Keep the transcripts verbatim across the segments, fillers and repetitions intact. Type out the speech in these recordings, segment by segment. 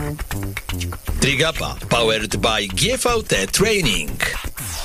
Trigapa powered by G V T Training.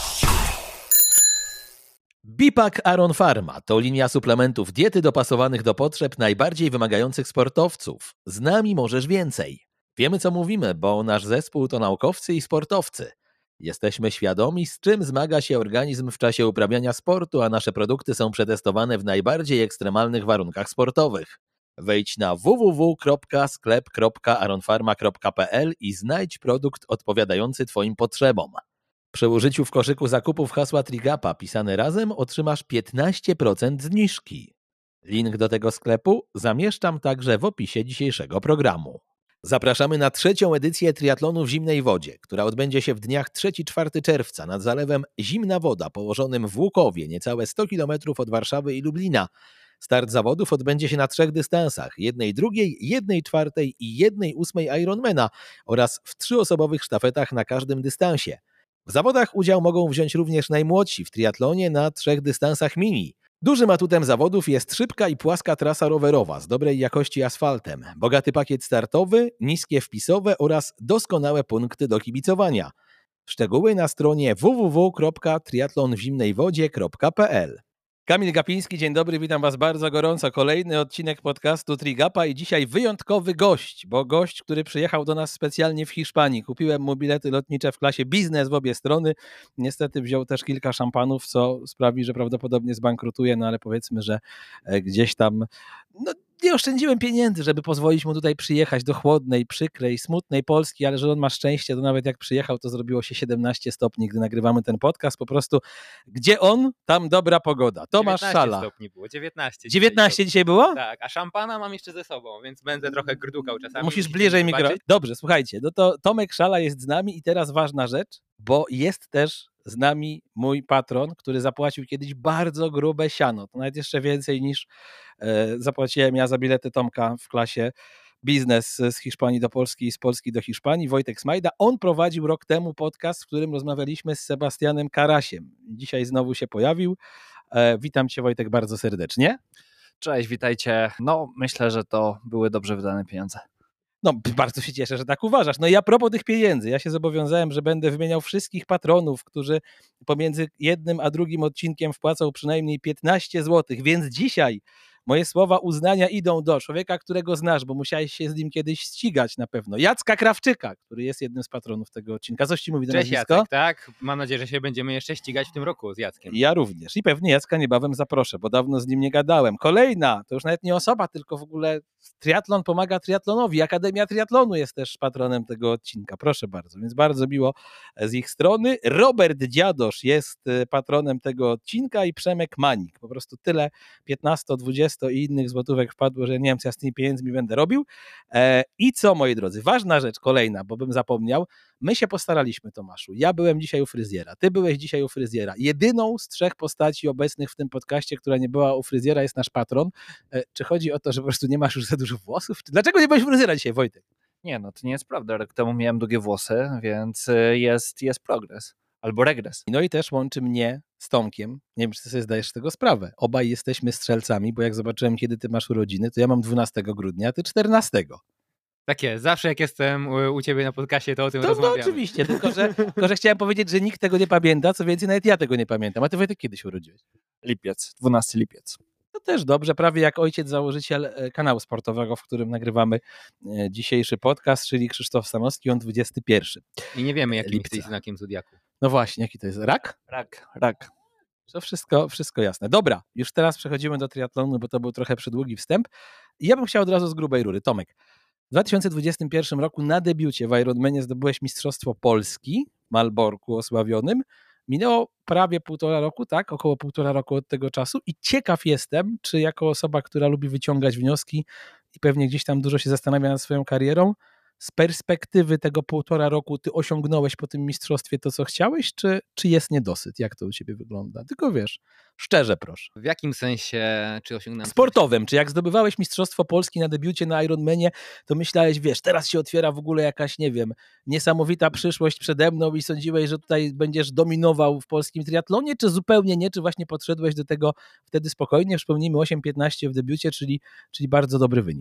Bipak Aron Pharma to linia suplementów diety dopasowanych do potrzeb najbardziej wymagających sportowców. Z nami możesz więcej. Wiemy, co mówimy, bo nasz zespół to naukowcy i sportowcy. Jesteśmy świadomi, z czym zmaga się organizm w czasie uprawiania sportu, a nasze produkty są przetestowane w najbardziej ekstremalnych warunkach sportowych. Wejdź na w w w kropka sklep kropka aron pharma kropka p l i znajdź produkt odpowiadający Twoim potrzebom. Przy użyciu w koszyku zakupów hasła Trigapa pisane razem otrzymasz piętnaście procent zniżki. Link do tego sklepu zamieszczam także w opisie dzisiejszego programu. Zapraszamy na trzecią edycję triatlonu w zimnej wodzie, która odbędzie się w dniach trzeciego do czwartego czerwca nad zalewem Zimna Woda położonym w Łukowie, niecałe sto kilometrów od Warszawy i Lublina. Start zawodów odbędzie się na trzech dystansach, jednej drugiej, jednej czwartej i jednej ósmej Ironmana oraz w trzyosobowych sztafetach na każdym dystansie. W zawodach udział mogą wziąć również najmłodsi w triatlonie na trzech dystansach mini. Dużym atutem zawodów jest szybka i płaska trasa rowerowa z dobrej jakości asfaltem, bogaty pakiet startowy, niskie wpisowe oraz doskonałe punkty do kibicowania. Szczegóły na stronie w w w kropka triatlon w zimnej wodzie kropka p l. Kamil Gapiński, dzień dobry, witam Was bardzo gorąco. Kolejny odcinek podcastu Trigapa i dzisiaj wyjątkowy gość, bo gość, który przyjechał do nas specjalnie w Hiszpanii. Kupiłem mu bilety lotnicze w klasie biznes w obie strony. Niestety wziął też kilka szampanów, co sprawi, że prawdopodobnie zbankrutuje, no ale powiedzmy, że gdzieś tam... No, nie oszczędziłem pieniędzy, żeby pozwolić mu tutaj przyjechać do chłodnej, przykrej, smutnej Polski, ale że on ma szczęście, to nawet jak przyjechał, to zrobiło się siedemnaście stopni, gdy nagrywamy ten podcast. Po prostu, gdzie on, tam dobra pogoda. Tomasz Szala. dziewiętnaście stopni było, dziewiętnaście. dziewiętnaście dzisiaj było? Tak, a szampana mam jeszcze ze sobą, więc będę trochę grdukał czasami. Musisz bliżej mikrofonu. Dobrze, słuchajcie, no to Tomek Szala jest z nami i teraz ważna rzecz, bo jest też z nami mój patron, który zapłacił kiedyś bardzo grube siano. To nawet jeszcze więcej niż e, zapłaciłem ja za bilety Tomka w klasie biznes z Hiszpanii do Polski i z Polski do Hiszpanii. Wojtek Smajda. On prowadził rok temu podcast, w którym rozmawialiśmy z Sebastianem Karasiem. Dzisiaj znowu się pojawił. E, witam Cię, Wojtek, bardzo serdecznie. Cześć, witajcie. No, myślę, że to były dobrze wydane pieniądze. No, bardzo się cieszę, że tak uważasz. No i a propos tych pieniędzy, ja się zobowiązałem, że będę wymieniał wszystkich patronów, którzy pomiędzy jednym a drugim odcinkiem wpłacą przynajmniej piętnaście złotych, więc dzisiaj moje słowa uznania idą do człowieka, którego znasz, bo musiałeś się z nim kiedyś ścigać na pewno. Jacka Krawczyka, który jest jednym z patronów tego odcinka. Coś ci mówi do Cześć nazwisko? Jacek, tak? Mam nadzieję, że się będziemy jeszcze ścigać w tym roku z Jackiem. Ja również. I pewnie Jacka niebawem zaproszę, bo dawno z nim nie gadałem. Kolejna, to już nawet nie osoba, tylko w ogóle triatlon pomaga triatlonowi. Akademia Triatlonu jest też patronem tego odcinka. Proszę bardzo, więc bardzo miło z ich strony. Robert Dziadosz jest patronem tego odcinka i Przemek Manik. Po prostu tyle piętnaście, dwadzieścia i innych złotówek wpadło, że nie wiem, co ja z tymi pieniędzmi będę robił. E, I co, moi drodzy, ważna rzecz kolejna, bo bym zapomniał, my się postaraliśmy, Tomaszu. Ja byłem dzisiaj u fryzjera, ty byłeś dzisiaj u fryzjera. Jedyną z trzech postaci obecnych w tym podcaście, która nie była u fryzjera, jest nasz patron. E, czy chodzi o to, że po prostu nie masz już za dużo włosów? Dlaczego nie byłeś u fryzjera dzisiaj, Wojtek? Nie, no to nie jest prawda. Rok temu miałem długie włosy, więc jest, jest progres. Albo regres. No i też łączy mnie z Tomkiem. Nie wiem, czy ty sobie zdajesz z tego sprawę. Obaj jesteśmy strzelcami, bo jak zobaczyłem, kiedy ty masz urodziny, to ja mam dwunastego grudnia, a ty czternastego. Tak jest, zawsze jak jestem u ciebie na podcastie, to o tym to, rozmawiamy. No oczywiście, tylko że, tylko że chciałem powiedzieć, że nikt tego nie pamięta, co więcej, nawet ja tego nie pamiętam. A ty, Wojtek, kiedy się urodziłeś? Lipiec, dwunastego lipiec. To też dobrze, prawie jak ojciec założyciel kanału sportowego, w którym nagrywamy dzisiejszy podcast, czyli Krzysztof Stanowski, on dwudziestego pierwszego. I nie wiemy, jakim lipca. jesteś znakiem zodiaku. No właśnie, jaki to jest? Rak? Rak, rak. To wszystko, wszystko jasne. Dobra, już teraz przechodzimy do triatlonu, bo to był trochę przydługi wstęp. I ja bym chciał od razu z grubej rury. Tomek, w dwa tysiące dwudziestym pierwszym roku na debiucie w Ironmanie zdobyłeś Mistrzostwo Polski w Malborku osławionym. Minęło prawie półtora roku, tak? Około półtora roku od tego czasu i ciekaw jestem, czy jako osoba, która lubi wyciągać wnioski i pewnie gdzieś tam dużo się zastanawia nad swoją karierą, z perspektywy tego półtora roku ty osiągnąłeś po tym mistrzostwie to, co chciałeś, czy, czy jest niedosyt? Jak to u ciebie wygląda? Tylko wiesz, szczerze proszę. W jakim sensie, czy osiągnąłem? Sportowym, czy jak zdobywałeś Mistrzostwo Polski na debiucie na Ironmanie, to myślałeś, wiesz, teraz się otwiera w ogóle jakaś, nie wiem, niesamowita przyszłość przede mną i sądziłeś, że tutaj będziesz dominował w polskim triatlonie, czy zupełnie nie, czy właśnie podszedłeś do tego wtedy spokojnie? Przypomnijmy osiem piętnaście w debiucie, czyli, czyli bardzo dobry wynik.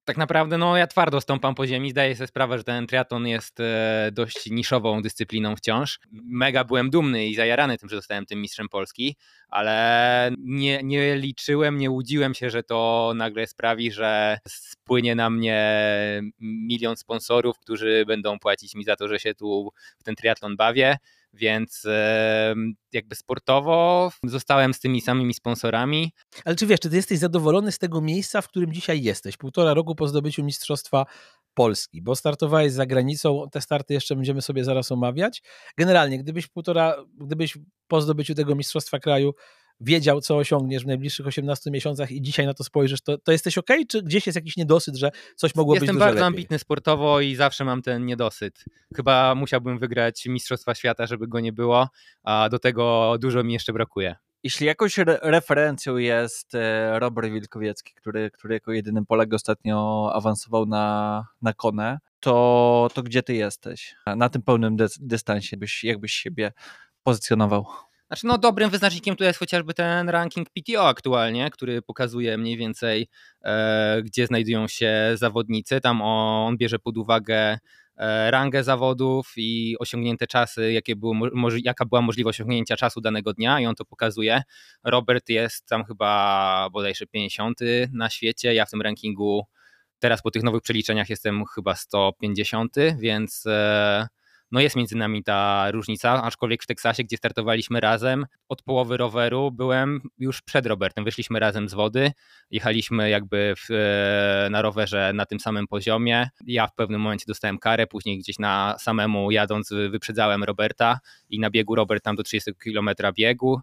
Tak naprawdę no ja twardo stąpam po ziemi, zdaję sobie sprawę, że ten triatlon jest e, dość niszową dyscypliną wciąż. Mega byłem dumny i zajarany tym, że zostałem tym mistrzem Polski, ale nie, nie liczyłem, nie łudziłem się, że to nagle sprawi, że spłynie na mnie milion sponsorów, którzy będą płacić mi za to, że się tu w ten triatlon bawię. Więc e, jakby sportowo zostałem z tymi samymi sponsorami. Ale czy wiesz, czy ty jesteś zadowolony z tego miejsca, w którym dzisiaj jesteś? Półtora roku po zdobyciu Mistrzostwa Polski, bo startowałeś za granicą, te starty jeszcze będziemy sobie zaraz omawiać. Generalnie, gdybyś półtora, gdybyś po zdobyciu tego Mistrzostwa Kraju wiedział, co osiągniesz w najbliższych osiemnastu miesiącach i dzisiaj na to spojrzysz, to, to jesteś okej? Okay? Czy gdzieś jest jakiś niedosyt, że coś mogło Jestem być dużo bardzo lepiej? ambitny sportowo i zawsze mam ten niedosyt. Chyba musiałbym wygrać Mistrzostwa Świata, żeby go nie było, a do tego dużo mi jeszcze brakuje. Jeśli jakąś re- referencją jest e, Robert Wilkowiecki, który, który jako jedyny Polak ostatnio awansował na, na Konę, to, to gdzie ty jesteś? Na tym pełnym dy- dystansie, byś, jakbyś siebie pozycjonował? Znaczy no dobrym wyznacznikiem tu jest chociażby ten ranking P T O aktualnie, który pokazuje mniej więcej e, gdzie znajdują się zawodnicy. Tam on bierze pod uwagę e, rangę zawodów i osiągnięte czasy, jakie było, moż, jaka była możliwość osiągnięcia czasu danego dnia i on to pokazuje. Robert jest tam chyba bodajże pięćdziesiąty na świecie, ja w tym rankingu teraz po tych nowych przeliczeniach jestem chyba sto pięćdziesiąty, więc e, no jest między nami ta różnica, aczkolwiek w Teksasie, gdzie startowaliśmy razem, od połowy roweru byłem już przed Robertem, wyszliśmy razem z wody, jechaliśmy jakby w, na rowerze na tym samym poziomie, ja w pewnym momencie dostałem karę, później gdzieś na samemu jadąc wyprzedzałem Roberta i na biegu Robert tam do trzydziestu kilometrów biegu,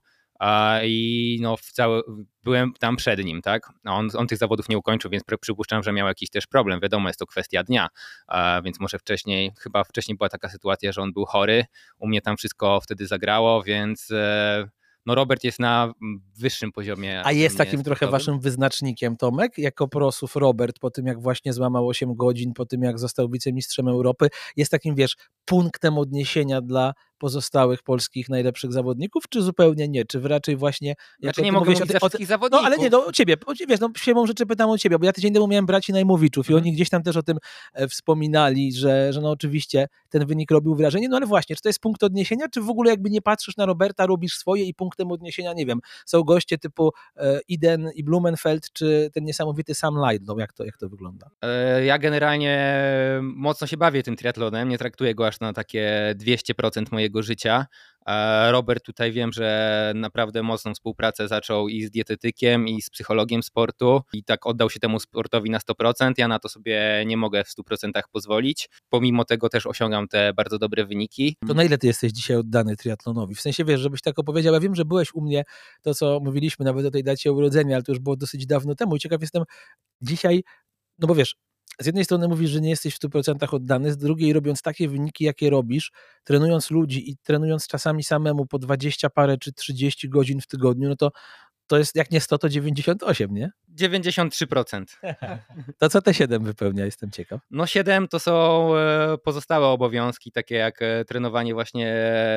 i no w cały, byłem tam przed nim, tak? On, on tych zawodów nie ukończył, więc przypuszczam, że miał jakiś też problem. Wiadomo, jest to kwestia dnia, więc może wcześniej, chyba wcześniej była taka sytuacja, że on był chory. U mnie tam wszystko wtedy zagrało, więc no Robert jest na wyższym poziomie. A jest takim sportowym. trochę waszym wyznacznikiem, Tomek, jako prosów Robert, po tym jak właśnie złamał osiem godzin, po tym jak został wicemistrzem Europy, jest takim, wiesz, punktem odniesienia dla pozostałych polskich najlepszych zawodników, czy zupełnie nie? Czy wy raczej właśnie... Znaczy nie mogę mówić za wszystkich zawodników. No ale nie, no o ciebie, o, wiesz, no siłą rzeczy pytam o ciebie, bo ja tydzień temu miałem braci Najmowiczów hmm. i oni gdzieś tam też o tym e, wspominali, że, że no oczywiście ten wynik robił wrażenie, no ale właśnie, czy to jest punkt odniesienia, czy w ogóle jakby nie patrzysz na Roberta, robisz swoje i punktem odniesienia, nie wiem, są goście typu e, Iden i Blumenfeld, czy ten niesamowity Sam Laidlow, jak to, jak to wygląda? E, ja generalnie mocno się bawię tym triatlonem, nie traktuję go aż na takie dwieście procent mojego życia. Robert tutaj wiem, że naprawdę mocną współpracę zaczął i z dietetykiem, i z psychologiem sportu i tak oddał się temu sportowi na sto procent. Ja na to sobie nie mogę w stu procentach pozwolić. Pomimo tego też osiągam te bardzo dobre wyniki. To na ile ty jesteś dzisiaj oddany triatlonowi? W sensie, wiesz, żebyś tak opowiedział, ja wiem, że byłeś u mnie, to co mówiliśmy nawet o tej dacie urodzenia, ale to już było dosyć dawno temu i ciekaw jestem dzisiaj, no bo wiesz, z jednej strony mówisz, że nie jesteś w stu procentach oddany, z drugiej robiąc takie wyniki, jakie robisz, trenując ludzi i trenując czasami samemu po dwadzieścia parę czy trzydzieści godzin w tygodniu, no to to jest jak nie sto, to dziewięćdziesiąt osiem, nie? dziewięćdziesiąt trzy procent. To co te siedem wypełnia, jestem ciekaw. No siedem to są pozostałe obowiązki, takie jak trenowanie właśnie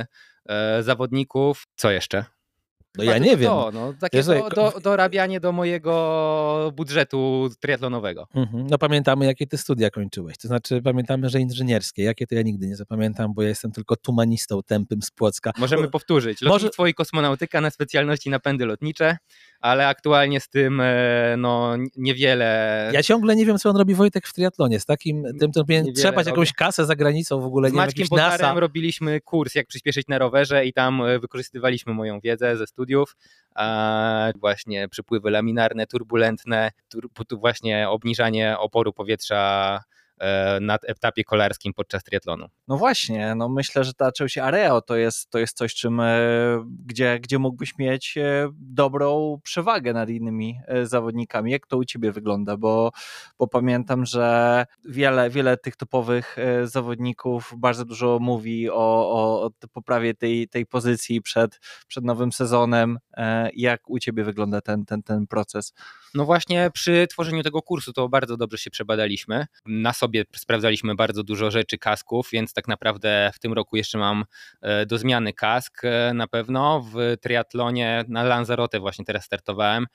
zawodników. Co jeszcze? No ja nie wiem. To, no, takie do, do, dorabianie do mojego budżetu triatlonowego. Mhm. No pamiętamy, jakie ty studia kończyłeś. To znaczy pamiętamy, że inżynierskie. Jakie to ja nigdy nie zapamiętam, bo ja jestem tylko tumanistą tępym z Płocka. Możemy bo... powtórzyć. Lotnictwo Może... i kosmonautyka na specjalności napędy lotnicze, ale aktualnie z tym no niewiele... Ja ciągle nie wiem, co on robi, Wojtek, w triatlonie. Z takim, tym, to powinien trzepać jakąś kasę za granicą w ogóle. Z nie Maćkiem wiem, NASA. Botarem robiliśmy kurs, jak przyspieszyć na rowerze i tam wykorzystywaliśmy moją wiedzę ze studiów. A właśnie przepływy laminarne, turbulentne, tur, właśnie obniżanie oporu powietrza na etapie kolarskim podczas triatlonu. No właśnie, no myślę, że ta Chelsea Areo to jest, to jest coś, czym, gdzie, gdzie mógłbyś mieć dobrą przewagę nad innymi zawodnikami. Jak to u ciebie wygląda? Bo, bo pamiętam, że wiele, wiele tych topowych zawodników bardzo dużo mówi o, o, o poprawie tej, tej pozycji przed, przed nowym sezonem. Jak u ciebie wygląda ten, ten, ten proces? No właśnie przy tworzeniu tego kursu to bardzo dobrze się przebadaliśmy. Na sobie sprawdzaliśmy bardzo dużo rzeczy, kasków, więc tak naprawdę w tym roku jeszcze mam do zmiany kask na pewno. W triatlonie na Lanzarote właśnie teraz startowałem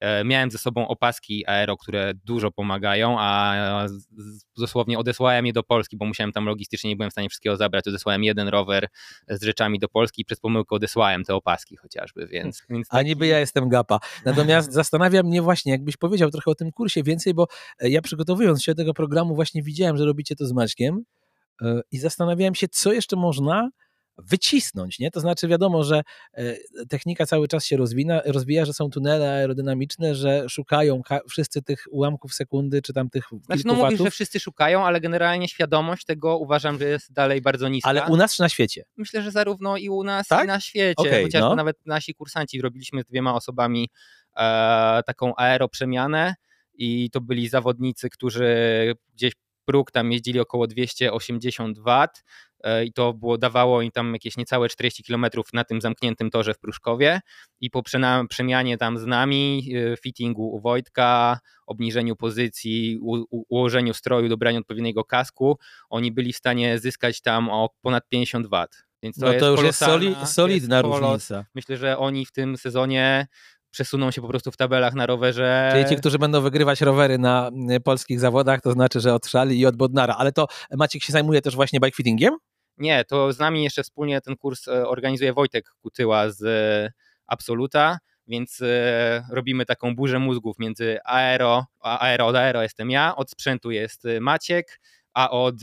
Miałem ze sobą opaski aero, które dużo pomagają, a dosłownie odesłałem je do Polski, bo musiałem tam logistycznie, nie byłem w stanie wszystkiego zabrać. Odesłałem jeden rower z rzeczami do Polski i przez pomyłkę odesłałem te opaski chociażby, więc... więc taki... A niby ja jestem gapa. Natomiast zastanawia mnie właśnie, jakbyś powiedział trochę o tym kursie więcej, bo ja przygotowując się do tego programu właśnie widziałem, że robicie to z Maćkiem i zastanawiałem się, co jeszcze można wycisnąć, nie? To znaczy wiadomo, że technika cały czas się rozwina, rozwija, że są tunele aerodynamiczne, że szukają wszyscy tych ułamków sekundy, czy tam tych kilku znaczy, no mówisz, watów. że wszyscy szukają, ale generalnie świadomość tego uważam, że jest dalej bardzo niska. Ale u nas czy na świecie? Myślę, że zarówno i u nas, tak? i na świecie. Okay, Chociażby no. nawet nasi kursanci robiliśmy z dwiema osobami e, taką aeroprzemianę i to byli zawodnicy, którzy gdzieś próg tam jeździli około dwieście osiemdziesiąt watów i to było, dawało im tam jakieś niecałe czterdzieści kilometrów na tym zamkniętym torze w Pruszkowie i po przemianie tam z nami, fittingu u Wojtka, obniżeniu pozycji, u, u, ułożeniu stroju, dobraniu odpowiedniego kasku, oni byli w stanie zyskać tam o ponad pięćdziesiąt watów. Więc to no to jest już jest soli, solidna jest różnica. Myślę, że oni w tym sezonie przesuną się po prostu w tabelach na rowerze. Czyli ci, którzy będą wygrywać rowery na polskich zawodach, to znaczy, że od Szali i od Bodnara. Ale to Maciek się zajmuje też właśnie bike fittingiem? Nie, to z nami jeszcze wspólnie ten kurs organizuje Wojtek Kutyła z Absoluta, więc robimy taką burzę mózgów między aero, a aero od aero jestem ja, od sprzętu jest Maciek, a od,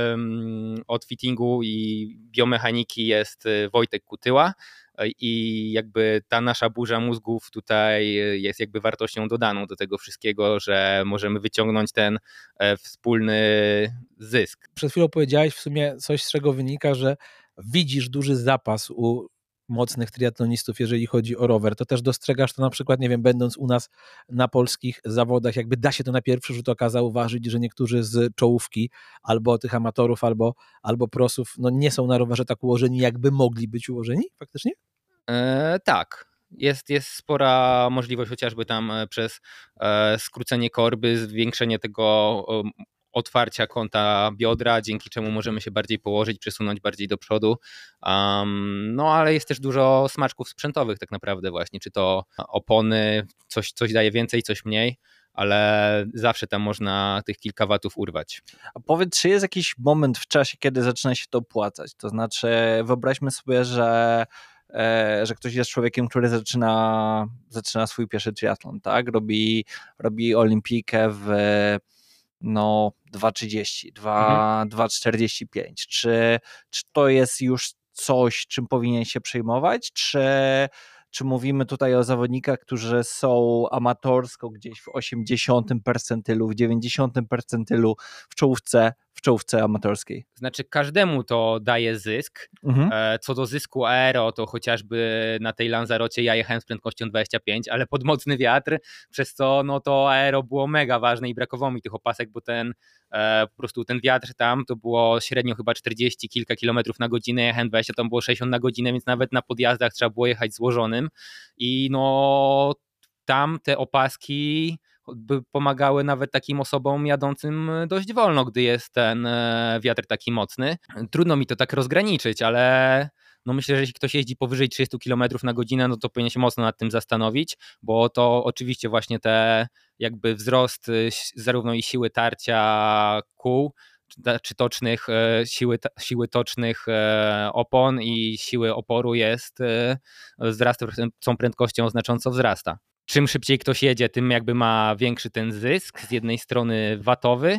od fittingu i biomechaniki jest Wojtek Kutyła. I jakby ta nasza burza mózgów tutaj jest jakby wartością dodaną do tego wszystkiego, że możemy wyciągnąć ten wspólny zysk. Przed chwilą powiedziałeś w sumie coś, z czego wynika, że widzisz duży zapas u mocnych triatlonistów, jeżeli chodzi o rower. To też dostrzegasz to na przykład, nie wiem, będąc u nas na polskich zawodach, jakby da się to na pierwszy rzut oka zauważyć, że niektórzy z czołówki albo tych amatorów, albo, albo prosów, no nie są na rowerze tak ułożeni, jakby mogli być ułożeni faktycznie? E, tak. Jest, jest spora możliwość chociażby tam przez e, skrócenie korby, zwiększenie tego e, otwarcia kąta biodra, dzięki czemu możemy się bardziej położyć, przesunąć bardziej do przodu. Um, no ale jest też dużo smaczków sprzętowych tak naprawdę właśnie, czy to opony, coś, coś daje więcej, coś mniej, ale zawsze tam można tych kilka watów urwać. A powiedz, czy jest jakiś moment w czasie, kiedy zaczyna się to opłacać? To znaczy wyobraźmy sobie, że że ktoś jest człowiekiem, który zaczyna, zaczyna swój pierwszy triatlon, tak? Robi, robi olimpijkę w no dwa trzydzieści, dwa czterdzieści pięć. Czy, czy to jest już coś, czym powinien się przejmować? Czy, czy mówimy tutaj o zawodnikach, którzy są amatorsko gdzieś w osiemdziesiątym percentylu, w dziewięćdziesiątym percentylu w czołówce, w czołówce amatorskiej? Znaczy każdemu to daje zysk. Mhm. Co do zysku aero, to chociażby na tej Lanzarocie ja jechałem z prędkością dwadzieścia pięć, ale pod mocny wiatr, przez co no to aero było mega ważne i brakowało mi tych opasek, bo ten e, po prostu ten wiatr tam to było średnio chyba czterdzieści kilka kilometrów na godzinę, ja jechałem dwadzieścia, tam było sześćdziesiąt na godzinę, więc nawet na podjazdach trzeba było jechać złożonym i no tam te opaski by pomagały nawet takim osobom jadącym dość wolno, gdy jest ten wiatr taki mocny. Trudno mi to tak rozgraniczyć, ale no myślę, że jeśli ktoś jeździ powyżej trzydzieści kilometrów na godzinę, no to powinien się mocno nad tym zastanowić, bo to oczywiście właśnie te jakby wzrost zarówno i siły tarcia kół, czy tocznych, siły, siły tocznych opon i siły oporu jest, wzrasta tą prędkością znacząco wzrasta. Czym szybciej ktoś jedzie, tym jakby ma większy ten zysk, z jednej strony watowy,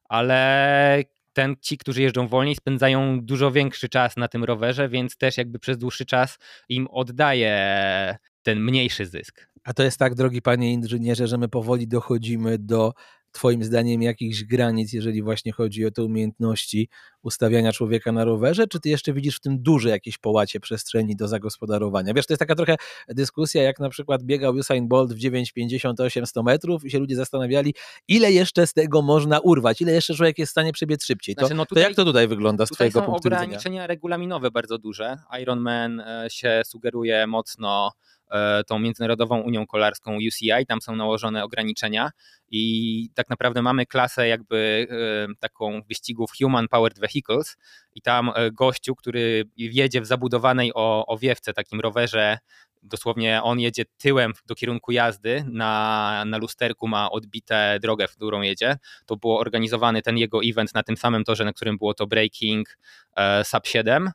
ale ten, ci, którzy jeżdżą wolniej, spędzają dużo większy czas na tym rowerze, więc też jakby przez dłuższy czas im oddaje ten mniejszy zysk. A to jest tak, drogi panie inżynierze, że my powoli dochodzimy do twoim zdaniem jakichś granic, jeżeli właśnie chodzi o te umiejętności ustawiania człowieka na rowerze, czy ty jeszcze widzisz w tym duże jakieś połacie przestrzeni do zagospodarowania? Wiesz, to jest taka trochę dyskusja, jak na przykład biegał Usain Bolt w dziewięć pięćdziesiąt osiem sto metrów i się ludzie zastanawiali, ile jeszcze z tego można urwać, ile jeszcze człowiek jest w stanie przebiec szybciej. To, znaczy, no tutaj, to jak to tutaj wygląda z tutaj twojego punktu widzenia? Są ograniczenia regulaminowe bardzo duże. Ironman się sugeruje mocno tą Międzynarodową Unią Kolarską U C I, tam są nałożone ograniczenia i tak naprawdę mamy klasę jakby taką wyścigów Human Powered Vehicles i tam gościu, który jedzie w zabudowanej o owiewce, takim rowerze dosłownie on jedzie tyłem do kierunku jazdy, na, na lusterku ma odbite drogę, w którą jedzie. To było organizowany ten jego event na tym samym torze, na którym było to breaking e, sub siedem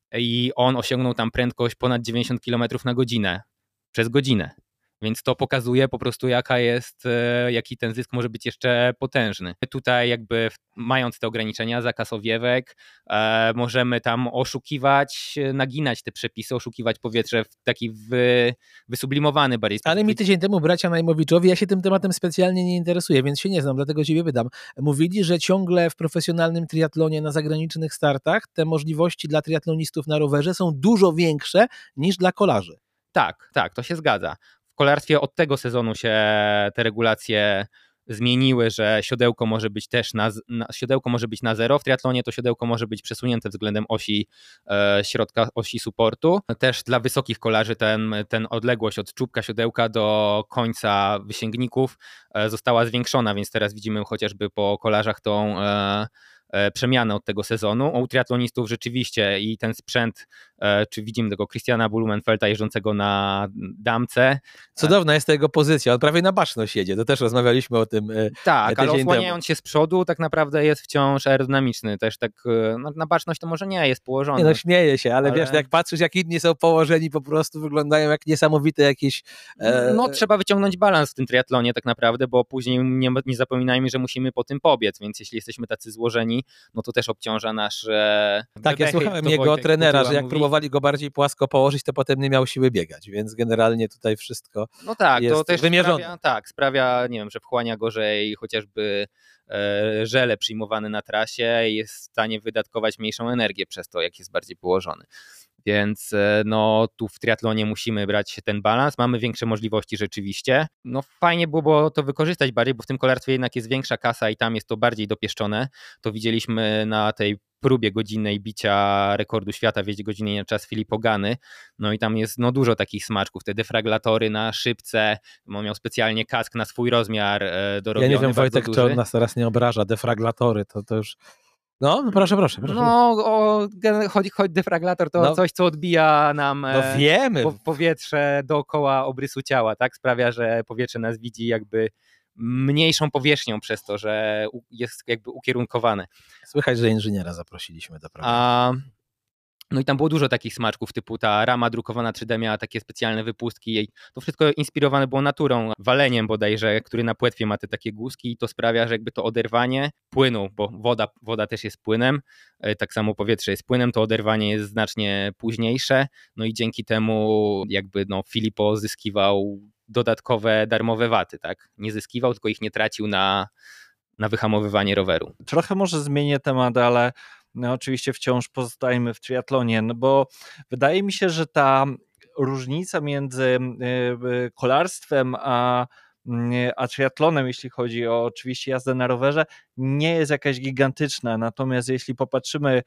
i on osiągnął tam prędkość ponad dziewięćdziesiąt kilometrów na godzinę przez godzinę. Więc to pokazuje po prostu jaka jest, jaki ten zysk może być jeszcze potężny. Tutaj jakby mając te ograniczenia, zakaz owiewek, e, możemy tam oszukiwać, naginać te przepisy, oszukiwać powietrze w taki wy, wysublimowany bardziej sposób. Ale mi tydzień temu bracia Najmowiczowi, ja się tym tematem specjalnie nie interesuję, więc się nie znam, dlatego ciebie pytam. Mówili, że ciągle w profesjonalnym triatlonie na zagranicznych startach te możliwości dla triatlonistów na rowerze są dużo większe niż dla kolarzy. Tak, tak, to się zgadza. W kolarstwie od tego sezonu się te regulacje zmieniły, że siodełko może być też na, na, siodełko może być na zero. W triatlonie to siodełko może być przesunięte względem osi e, środka, osi supportu. Też dla wysokich kolarzy ten, ten odległość od czubka siodełka do końca wysięgników e, została zwiększona, więc teraz widzimy chociażby po kolarzach tą e, przemianę od tego sezonu. U triatlonistów rzeczywiście i ten sprzęt, czy widzimy tego Christiana Blumenfelda jeżdżącego na damce. Cudowna jest ta jego pozycja, on prawie na baczność jedzie, to też rozmawialiśmy o tym Tak, ale osłaniając temu. się z przodu tak naprawdę jest wciąż aerodynamiczny, też tak no, na baczność to może nie jest położony. Nie no, śmieję się, ale, ale wiesz, jak patrzysz jak inni są położeni, po prostu wyglądają jak niesamowite jakieś... E... No trzeba wyciągnąć balans w tym triatlonie tak naprawdę, bo później nie, nie zapominajmy, że musimy po tym pobiec, więc jeśli jesteśmy tacy złożeni, no to też obciąża nasz... E, tak, ja słuchałem jego Wojtek trenera, że jak mówi... próbowali go bardziej płasko położyć, to potem nie miał siły biegać, więc generalnie tutaj wszystko no tak, jest to też wymierzone. Sprawia, tak, sprawia, nie wiem, że wchłania gorzej chociażby e, żele przyjmowane na trasie i jest w stanie wydatkować mniejszą energię przez to, jak jest bardziej położony. Więc no tu w triatlonie musimy brać ten balans, mamy większe możliwości rzeczywiście. No fajnie było to wykorzystać bardziej, bo w tym kolarstwie jednak jest większa kasa i tam jest to bardziej dopieszczone. To widzieliśmy na tej próbie godzinnej bicia rekordu świata w jeździe godzinnej na czas Filippo Ganny. No i tam jest no, dużo takich smaczków, te defraglatory na szybce, on miał specjalnie kask na swój rozmiar dorobiony. Ja nie wiem, Wojtek, duży. Czy on nas teraz nie obraża, defraglatory to, to już... No, no proszę, proszę, proszę. No, o, choć, choć defraglator to no, coś, co odbija nam no wiemy. Po, powietrze dookoła obrysu ciała, tak? Sprawia, że powietrze nas widzi jakby mniejszą powierzchnią przez to, że jest jakby ukierunkowane. Słychać, że inżyniera zaprosiliśmy do programu. A... No i tam było dużo takich smaczków, typu ta rama drukowana trzy D miała takie specjalne wypustki i to wszystko inspirowane było naturą, waleniem bodajże, który na płetwie ma te takie guzki i to sprawia, że jakby to oderwanie płynu, bo woda, woda też jest płynem, tak samo powietrze jest płynem, to oderwanie jest znacznie późniejsze, no i dzięki temu jakby no Filippo zyskiwał dodatkowe darmowe waty, tak? Nie zyskiwał, tylko ich nie tracił na, na wyhamowywanie roweru. Trochę może zmienię temat, ale no oczywiście wciąż pozostajemy w triatlonie, no bo wydaje mi się, że ta różnica między kolarstwem a, a triatlonem, jeśli chodzi o oczywiście jazdę na rowerze, nie jest jakaś gigantyczna, natomiast jeśli popatrzymy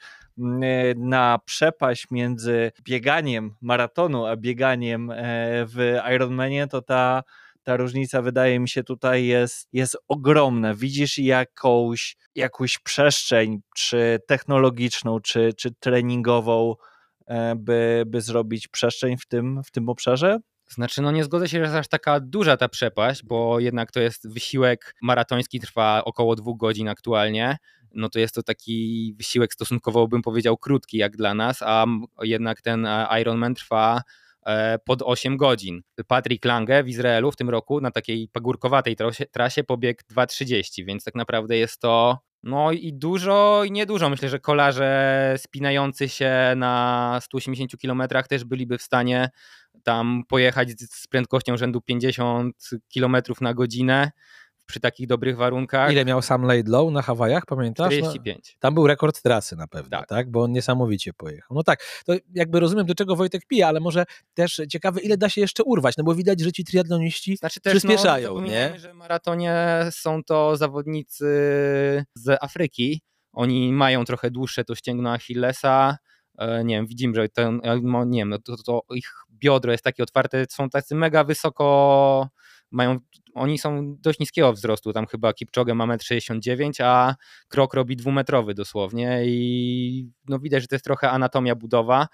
na przepaść między bieganiem maratonu a bieganiem w Ironmanie, to ta Ta różnica wydaje mi się tutaj jest, jest ogromna. Widzisz jakąś, jakąś przestrzeń, czy technologiczną, czy, czy treningową, by, by zrobić przestrzeń w tym, w tym obszarze? Znaczy, no nie zgodzę się, że jest aż taka duża ta przepaść, bo jednak to jest wysiłek maratoński, trwa około dwóch godzin aktualnie. No to jest to taki wysiłek stosunkowo, bym powiedział, krótki jak dla nas, a jednak ten Ironman trwa pod osiem godzin. Patrick Lange w Izraelu w tym roku na takiej pagórkowatej trasie, trasie pobiegł dwa trzydzieści, więc tak naprawdę jest to no i dużo i niedużo. Myślę, że kolarze spinający się na stu osiemdziesięciu kilometrach też byliby w stanie tam pojechać z prędkością rzędu pięćdziesiąt kilometrów na godzinę przy takich dobrych warunkach. Ile miał Sam Laidlow na Hawajach, pamiętasz? czterdzieści pięć. No, tam był rekord trasy na pewno, tak. tak? Bo on niesamowicie pojechał. No tak, to jakby rozumiem, do czego Wojtek pije, ale może też ciekawe, ile da się jeszcze urwać, no bo widać, że ci triatloniści znaczy też, przyspieszają, no, nie? Że maratonie są to zawodnicy z Afryki, oni mają trochę dłuższe to ścięgno Achillesa, nie wiem, widzimy, że ten, nie wiem, no to, to ich biodro jest takie otwarte, są tacy mega wysoko, mają, oni są dość niskiego wzrostu, tam chyba Kipchoge ma metr sześćdziesiąt dziewięć, a Krok robi dwumetrowy dosłownie i no widać, że to jest trochę anatomia budowa.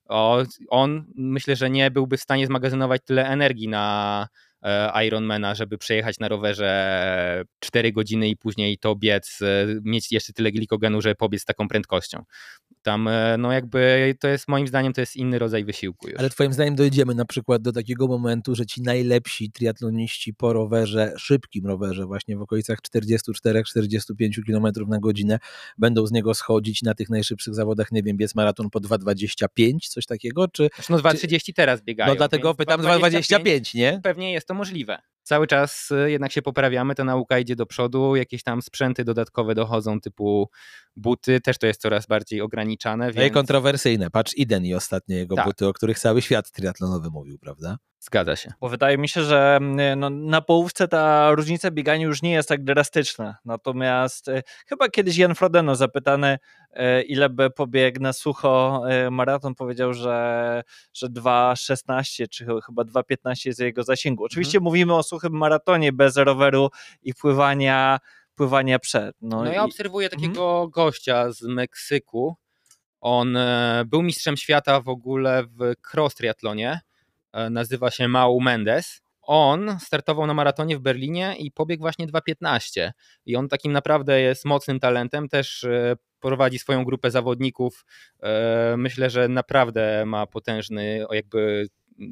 o, on myślę, że nie byłby w stanie zmagazynować tyle energii na Ironmana, żeby przejechać na rowerze cztery godziny i później to biec, mieć jeszcze tyle glikogenu, żeby pobiec z taką prędkością. Tam no jakby to jest moim zdaniem to jest inny rodzaj wysiłku już. Ale twoim zdaniem dojdziemy na przykład do takiego momentu, że ci najlepsi triatloniści po rowerze, szybkim rowerze właśnie w okolicach czterdzieści cztery czterdzieści pięć kilometrów na godzinę będą z niego schodzić na tych najszybszych zawodach, nie wiem, biec maraton po dwa dwadzieścia pięć, coś takiego? Czy, no dwa trzydzieści teraz biegają. No dlatego pytam dwa dwadzieścia pięć, nie? Pewnie jest to możliwe. Cały czas jednak się poprawiamy, ta nauka idzie do przodu, jakieś tam sprzęty dodatkowe dochodzą typu buty, też to jest coraz bardziej ograniczane. Więc... No i kontrowersyjne, patrz Iden i ostatnie jego tak. buty, o których cały świat triatlonowy mówił, prawda? Zgadza się. Bo wydaje mi się, że no, na połówce ta różnica biegania już nie jest tak drastyczna. Natomiast e, chyba kiedyś Jan Frodeno zapytany, e, ile by pobiegł na sucho e, maraton, powiedział, że, że dwa szesnaście czy chyba dwa piętnaście jest jego zasięgu. Oczywiście mhm. mówimy o suchym maratonie bez roweru i pływania, pływania przed. No, no i... ja obserwuję takiego mhm. gościa z Meksyku. On e, był mistrzem świata w ogóle w cross triatlonie. Nazywa się Mau Mendes. On startował na maratonie w Berlinie i pobiegł właśnie dwa piętnaście. I on takim naprawdę jest mocnym talentem, też prowadzi swoją grupę zawodników. Myślę, że naprawdę ma potężny jakby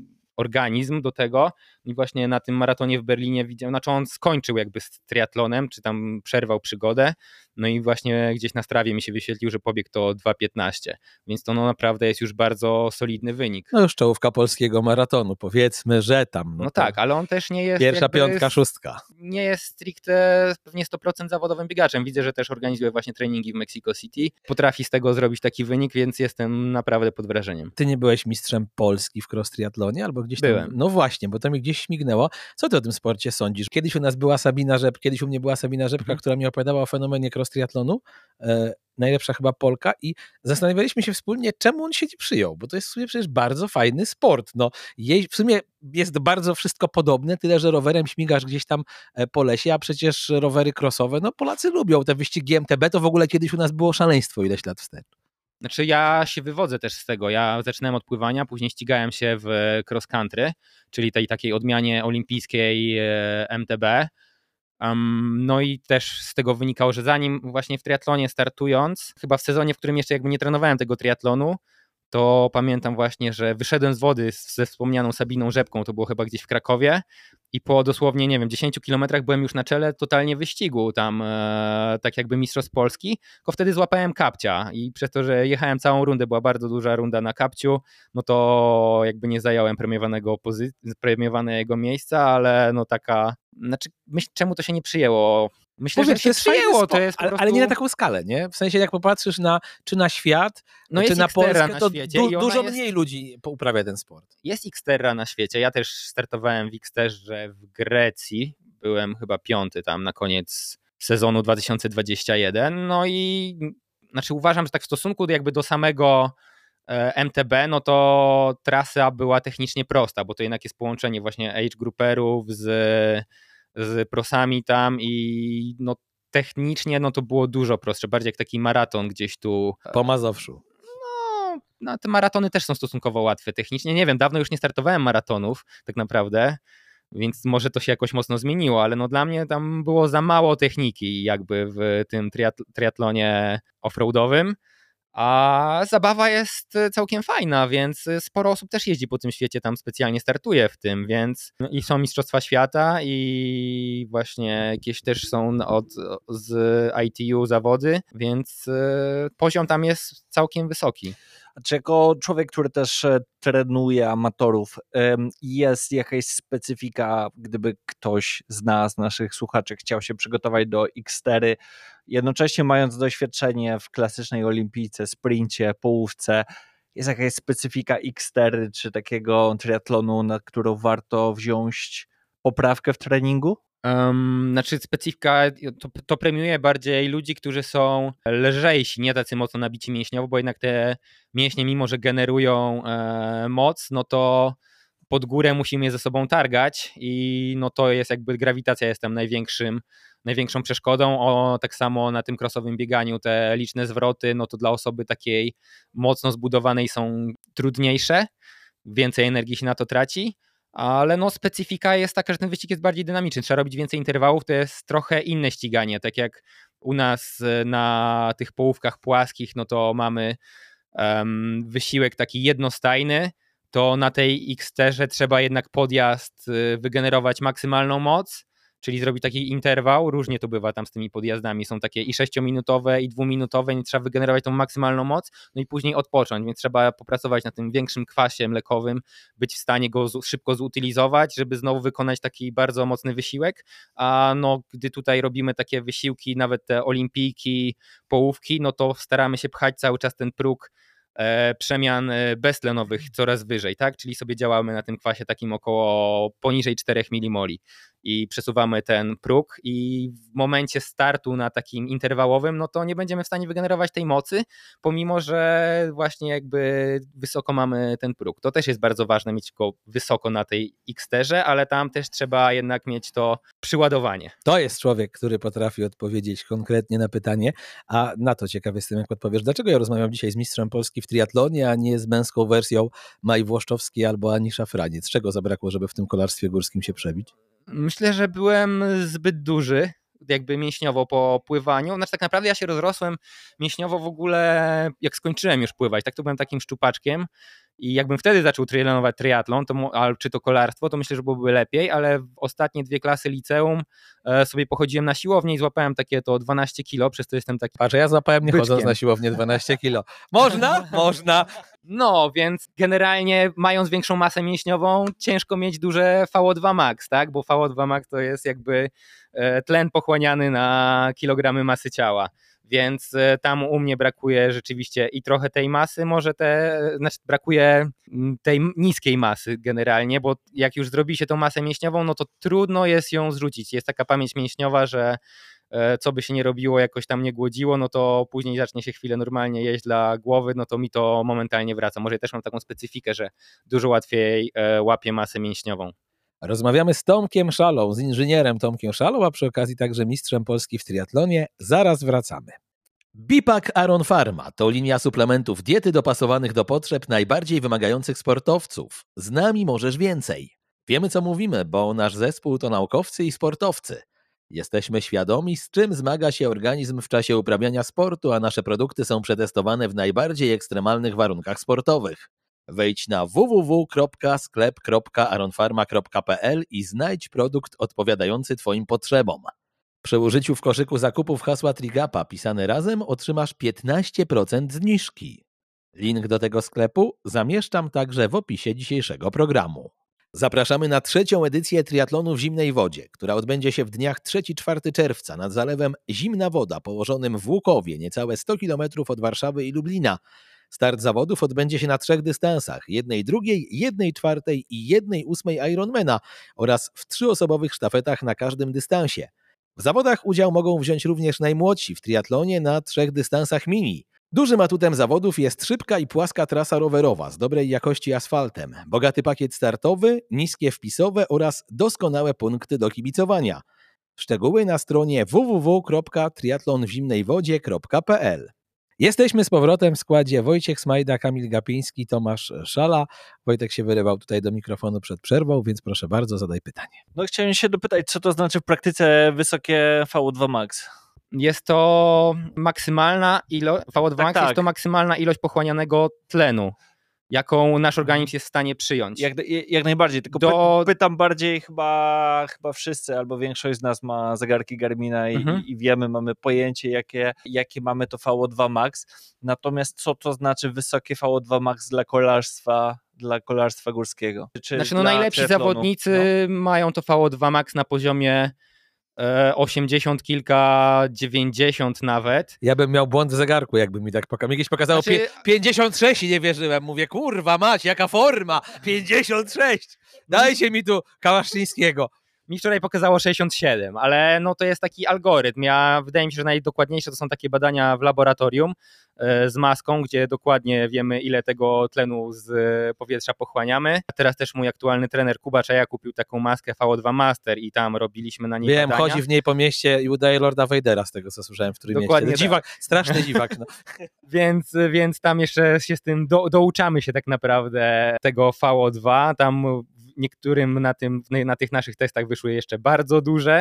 organizm do tego i właśnie na tym maratonie w Berlinie widział, znaczy on skończył jakby z triatlonem, czy tam przerwał przygodę, no i właśnie gdzieś na strawie mi się wyświetlił, że pobiegł to dwa piętnaście, więc to no naprawdę jest już bardzo solidny wynik. No już czołówka polskiego maratonu, powiedzmy, że tam. No, no tak, ale on też nie jest pierwsza piątka, szóstka. Nie jest stricte pewnie sto procent zawodowym biegaczem. Widzę, że też organizuje właśnie treningi w Mexico City. Potrafi z tego zrobić taki wynik, więc jestem naprawdę pod wrażeniem. Ty nie byłeś mistrzem Polski w cross triatlonie albo gdzieś tam? Byłem. No właśnie, bo to mi gdzieś śmignęło. Co ty o tym sporcie sądzisz? Kiedyś u nas była Sabina Rzep, kiedyś u mnie była Sabina Rzepka, hmm. która mi opowiadała o fenomenie cross triatlonu. E, najlepsza chyba Polka i zastanawialiśmy się wspólnie, czemu on się nie przyjął, bo to jest w sumie przecież bardzo fajny sport. No, jej, w sumie jest bardzo wszystko podobne, tyle że rowerem śmigasz gdzieś tam po lesie, a przecież rowery crossowe, no Polacy lubią te wyścigi M T B, to w ogóle kiedyś u nas było szaleństwo ileś lat wstecz. Znaczy ja się wywodzę też z tego, ja zaczynałem od pływania, później ścigałem się w cross country, czyli tej takiej odmianie olimpijskiej M T B. Um, no i też z tego wynikało, że zanim właśnie w triatlonie startując, chyba w sezonie, w którym jeszcze jakby nie trenowałem tego triatlonu, to pamiętam właśnie, że wyszedłem z wody ze wspomnianą Sabiną Rzepką, to było chyba gdzieś w Krakowie i po dosłownie, nie wiem, dziesięciu kilometrach byłem już na czele totalnie wyścigu tam, e, tak jakby mistrzostw Polski, tylko wtedy złapałem kapcia i przez to, że jechałem całą rundę, była bardzo duża runda na kapciu, no to jakby nie zająłem premiowanego pozy- premiowanego miejsca, ale no taka, znaczy myśl, czemu to się nie przyjęło? Myślę, Powiedz, że się przyjęło, to jest ale, prostu... ale nie na taką skalę, nie? W sensie jak popatrzysz na, czy na świat, no czy na Polskę, na to świecie du- dużo jest... mniej ludzi uprawia ten sport. Jest Xterra na świecie, ja też startowałem w Xterze w Grecji, byłem chyba piąty tam na koniec sezonu dwa tysiące dwudziestego pierwszego, no i znaczy uważam, że tak w stosunku jakby do samego M T B, no to trasa była technicznie prosta, bo to jednak jest połączenie właśnie age grouperów z, z prosami tam i no technicznie no to było dużo prostsze, bardziej jak taki maraton gdzieś tu. Po Mazowszu. No, no te maratony też są stosunkowo łatwe technicznie, nie wiem, dawno już nie startowałem maratonów tak naprawdę, więc może to się jakoś mocno zmieniło, ale no dla mnie tam było za mało techniki jakby w tym triatl- triatlonie offroadowym, a zabawa jest całkiem fajna, więc sporo osób też jeździ po tym świecie, tam specjalnie startuje w tym, więc i są mistrzostwa świata i właśnie jakieś też są od, z I T U zawody, więc poziom tam jest całkiem wysoki. Czy jako człowiek, który też trenuje amatorów, jest jakaś specyfika, gdyby ktoś z nas, naszych słuchaczy, chciał się przygotować do Xtery, jednocześnie mając doświadczenie w klasycznej olimpijce, sprincie, połówce, jest jakaś specyfika Xtery czy takiego triatlonu, na którą warto wziąć poprawkę w treningu? Um, znaczy specyfika to, to premiuje bardziej ludzi, którzy są lżejsi, nie tacy mocno nabici mięśniowo, bo jednak te mięśnie, mimo że generują e, moc, no to pod górę musimy je ze sobą targać i no to jest jakby grawitacja jest tam największym, największą przeszkodą. O, tak samo na tym crossowym bieganiu te liczne zwroty, no to dla osoby takiej mocno zbudowanej są trudniejsze, więcej energii się na to traci, ale no specyfika jest taka, że ten wyścig jest bardziej dynamiczny, trzeba robić więcej interwałów, to jest trochę inne ściganie, tak jak u nas na tych połówkach płaskich, no to mamy um, wysiłek taki jednostajny, to na tej X-terze trzeba jednak podjazd wygenerować maksymalną moc, czyli zrobić taki interwał, różnie to bywa tam z tymi podjazdami, są takie i sześciominutowe i dwuminutowe, nie trzeba wygenerować tą maksymalną moc, no i później odpocząć, więc trzeba popracować na tym większym kwasie mlekowym, być w stanie go szybko zutylizować, żeby znowu wykonać taki bardzo mocny wysiłek, a no gdy tutaj robimy takie wysiłki, nawet te olimpijki, połówki, no to staramy się pchać cały czas ten próg przemian beztlenowych coraz wyżej, tak? Czyli sobie działamy na tym kwasie takim około poniżej czterech milimoli i przesuwamy ten próg i w momencie startu na takim interwałowym, no to nie będziemy w stanie wygenerować tej mocy, pomimo że właśnie jakby wysoko mamy ten próg. To też jest bardzo ważne mieć go wysoko na tej X-terze, ale tam też trzeba jednak mieć to przyładowanie. To jest człowiek, który potrafi odpowiedzieć konkretnie na pytanie, a na to ciekaw jestem, jak odpowiesz. Dlaczego ja rozmawiam dzisiaj z mistrzem Polski w triatlonie, a nie z męską wersją Mai Włoszczowskiej albo Ani Szafraniec? Czego zabrakło, żeby w tym kolarstwie górskim się przebić? Myślę, że byłem zbyt duży, jakby mięśniowo po pływaniu. Znaczy tak naprawdę ja się rozrosłem mięśniowo w ogóle, jak skończyłem już pływać, tak to byłem takim szczupaczkiem i jakbym wtedy zaczął trenować triatlon, to, czy to kolarstwo, to myślę, że byłoby lepiej, ale w ostatnie dwie klasy liceum sobie pochodziłem na siłownię i złapałem takie to dwanaście kilo, przez to jestem taki... Patrz, ja złapałem nie byczkiem. Chodząc na siłownię dwanaście kilo. Można? Można. No, więc generalnie mając większą masę mięśniową, ciężko mieć duże V O dwa max, tak? Bo V O dwa max to jest jakby tlen pochłaniany na kilogramy masy ciała. Więc tam u mnie brakuje rzeczywiście i trochę tej masy, może te, znaczy brakuje tej niskiej masy generalnie, bo jak już zrobi się tą masę mięśniową, no to trudno jest ją zrzucić. Jest taka pamięć mięśniowa, że co by się nie robiło, jakoś tam nie głodziło, no to później zacznie się chwilę normalnie jeść dla głowy, no to mi to momentalnie wraca. Może ja też mam taką specyfikę, że dużo łatwiej łapię masę mięśniową. Rozmawiamy z Tomkiem Szalą, z inżynierem Tomkiem Szalą, a przy okazji także mistrzem Polski w triatlonie. Zaraz wracamy. Bipak Aron Pharma to linia suplementów diety dopasowanych do potrzeb najbardziej wymagających sportowców. Z nami możesz więcej. Wiemy, co mówimy, bo nasz zespół to naukowcy i sportowcy. Jesteśmy świadomi, z czym zmaga się organizm w czasie uprawiania sportu, a nasze produkty są przetestowane w najbardziej ekstremalnych warunkach sportowych. Wejdź na w w w kropka sklep kropka aronfarma kropka p l i znajdź produkt odpowiadający Twoim potrzebom. Przy użyciu w koszyku zakupów hasła Trigapa pisane razem otrzymasz piętnaście procent zniżki. Link do tego sklepu zamieszczam także w opisie dzisiejszego programu. Zapraszamy na trzecią edycję triatlonu w zimnej wodzie, która odbędzie się w dniach trzeciego do czwartego czerwca nad zalewem Zimna Woda położonym w Łukowie, niecałe sto kilometrów od Warszawy i Lublina. Start zawodów odbędzie się na trzech dystansach, jednej drugiej, jednej czwartej i jednej ósmej Ironmana oraz w trzyosobowych sztafetach na każdym dystansie. W zawodach udział mogą wziąć również najmłodsi w triatlonie na trzech dystansach mini. Dużym atutem zawodów jest szybka i płaska trasa rowerowa z dobrej jakości asfaltem, bogaty pakiet startowy, niskie wpisowe oraz doskonałe punkty do kibicowania. Szczegóły na stronie w w w kropka triatlon w zimnej wodzie kropka p l. Jesteśmy z powrotem w składzie Wojciech Smajda, Kamil Gapiński, Tomasz Szala. Wojtek się wyrywał tutaj do mikrofonu przed przerwą, więc proszę bardzo, zadaj pytanie. No chciałem się dopytać, co to znaczy w praktyce wysokie V O dwa max? Jest to maksymalna ilość, V O dwa tak, max tak. jest to maksymalna ilość pochłanianego tlenu, jaką nasz organizm jest w stanie przyjąć. Jak, jak najbardziej, tylko Do... py, pytam bardziej, chyba, chyba wszyscy albo większość z nas ma zegarki Garmina i, mhm. i wiemy, mamy pojęcie, jakie, jakie mamy to V O dwa max. Natomiast co to znaczy wysokie V O dwa max dla kolarstwa, dla kolarstwa górskiego? Czy znaczy no najlepsi triatlonu? zawodnicy no. mają to V O dwa max na poziomie osiemdziesiąt kilka, dziewięćdziesiąt nawet. Ja bym miał błąd w zegarku, jakby mi tak pokazał. Jakieś pokazało znaczy... pie- pięćdziesiąt sześć i nie wierzyłem. Mówię, kurwa mać, jaka forma, pięćdziesiąt sześć. Dajcie mi tu Kałaszczyńskiego. Mi wczoraj pokazało sześćdziesiąt siedem, ale no to jest taki algorytm. Ja, wydaje mi się, że najdokładniejsze to są takie badania w laboratorium z maską, gdzie dokładnie wiemy, ile tego tlenu z powietrza pochłaniamy. A teraz też mój aktualny trener Kuba Czaja kupił taką maskę V O dwa Master i tam robiliśmy na niej Wiem, badania. chodzi w niej po mieście i udaje Lorda Vadera, z tego co słyszałem w którym Dokładnie mieście. Dziwak, tak. straszny dziwak. No. Więc, więc tam jeszcze się z tym do, douczamy się tak naprawdę tego V O dwa. Tam niektórym na, tym, na tych naszych testach wyszły jeszcze bardzo duże,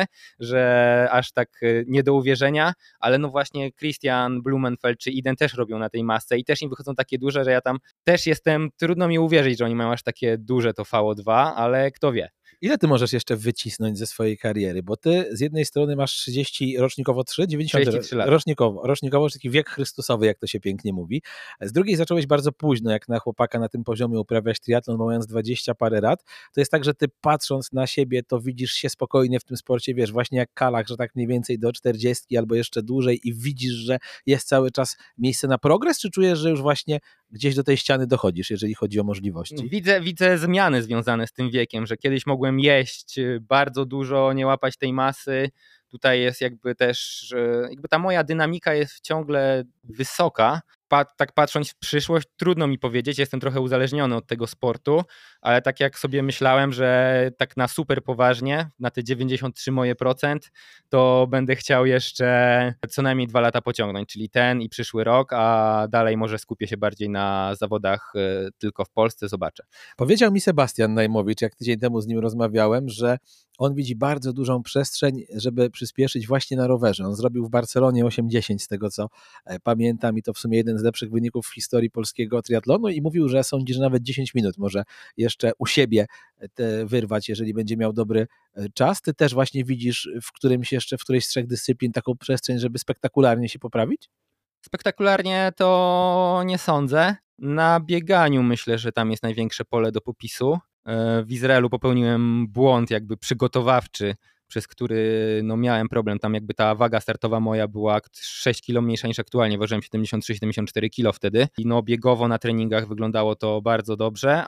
że aż tak nie do uwierzenia, ale no właśnie Christian Blumenfeld czy Iden też robią na tej masce i też im wychodzą takie duże, że ja tam też jestem, trudno mi uwierzyć, że oni mają aż takie duże to V O dwa, ale kto wie. Ile ty możesz jeszcze wycisnąć ze swojej kariery? Bo ty z jednej strony masz trzydzieści, rocznikowo trzy, dziewięćdziesiąt trzydzieści trzy lata. Rocznikowo, rocznikowo, taki wiek chrystusowy, jak to się pięknie mówi. Z drugiej zacząłeś bardzo późno, jak na chłopaka na tym poziomie uprawiać triatlon, mając dwadzieścia parę lat. To jest tak, że ty patrząc na siebie, to widzisz się spokojnie w tym sporcie, wiesz, właśnie jak Kalach, że tak mniej więcej do czterdziestki albo jeszcze dłużej i widzisz, że jest cały czas miejsce na progres, czy czujesz, że już właśnie gdzieś do tej ściany dochodzisz, jeżeli chodzi o możliwości? Widzę, widzę zmiany związane z tym wiekiem, że kiedyś mogłem jeść bardzo dużo, nie łapać tej masy. Tutaj jest jakby też, jakby ta moja dynamika jest ciągle wysoka. Pa, tak patrząc w przyszłość, trudno mi powiedzieć, jestem trochę uzależniony od tego sportu, ale tak jak sobie myślałem, że tak na super poważnie, na te dziewięćdziesiąt trzy moje procent, to będę chciał jeszcze co najmniej dwa lata pociągnąć, czyli ten i przyszły rok, a dalej może skupię się bardziej na zawodach tylko w Polsce, zobaczę. Powiedział mi Sebastian Najmowicz, jak tydzień temu z nim rozmawiałem, że on widzi bardzo dużą przestrzeń, żeby przyspieszyć właśnie na rowerze. On zrobił w Barcelonie osiem dziesięć, z tego co pamiętam, i to w sumie jeden z lepszych wyników w historii polskiego triatlonu, i mówił, że sądzi, że nawet dziesięć minut może jeszcze u siebie te wyrwać, jeżeli będzie miał dobry czas. Ty też właśnie widzisz w którymś jeszcze, w którejś z trzech dyscyplin taką przestrzeń, żeby spektakularnie się poprawić? Spektakularnie to nie sądzę. Na bieganiu myślę, że tam jest największe pole do popisu. W Izraelu popełniłem błąd jakby przygotowawczy, przez który no, miałem problem. Tam jakby ta waga startowa moja była sześć kilo mniejsza niż aktualnie. Ważyłem siedemdziesiąt trzy siedemdziesiąt cztery kilo wtedy. I no biegowo na treningach wyglądało to bardzo dobrze,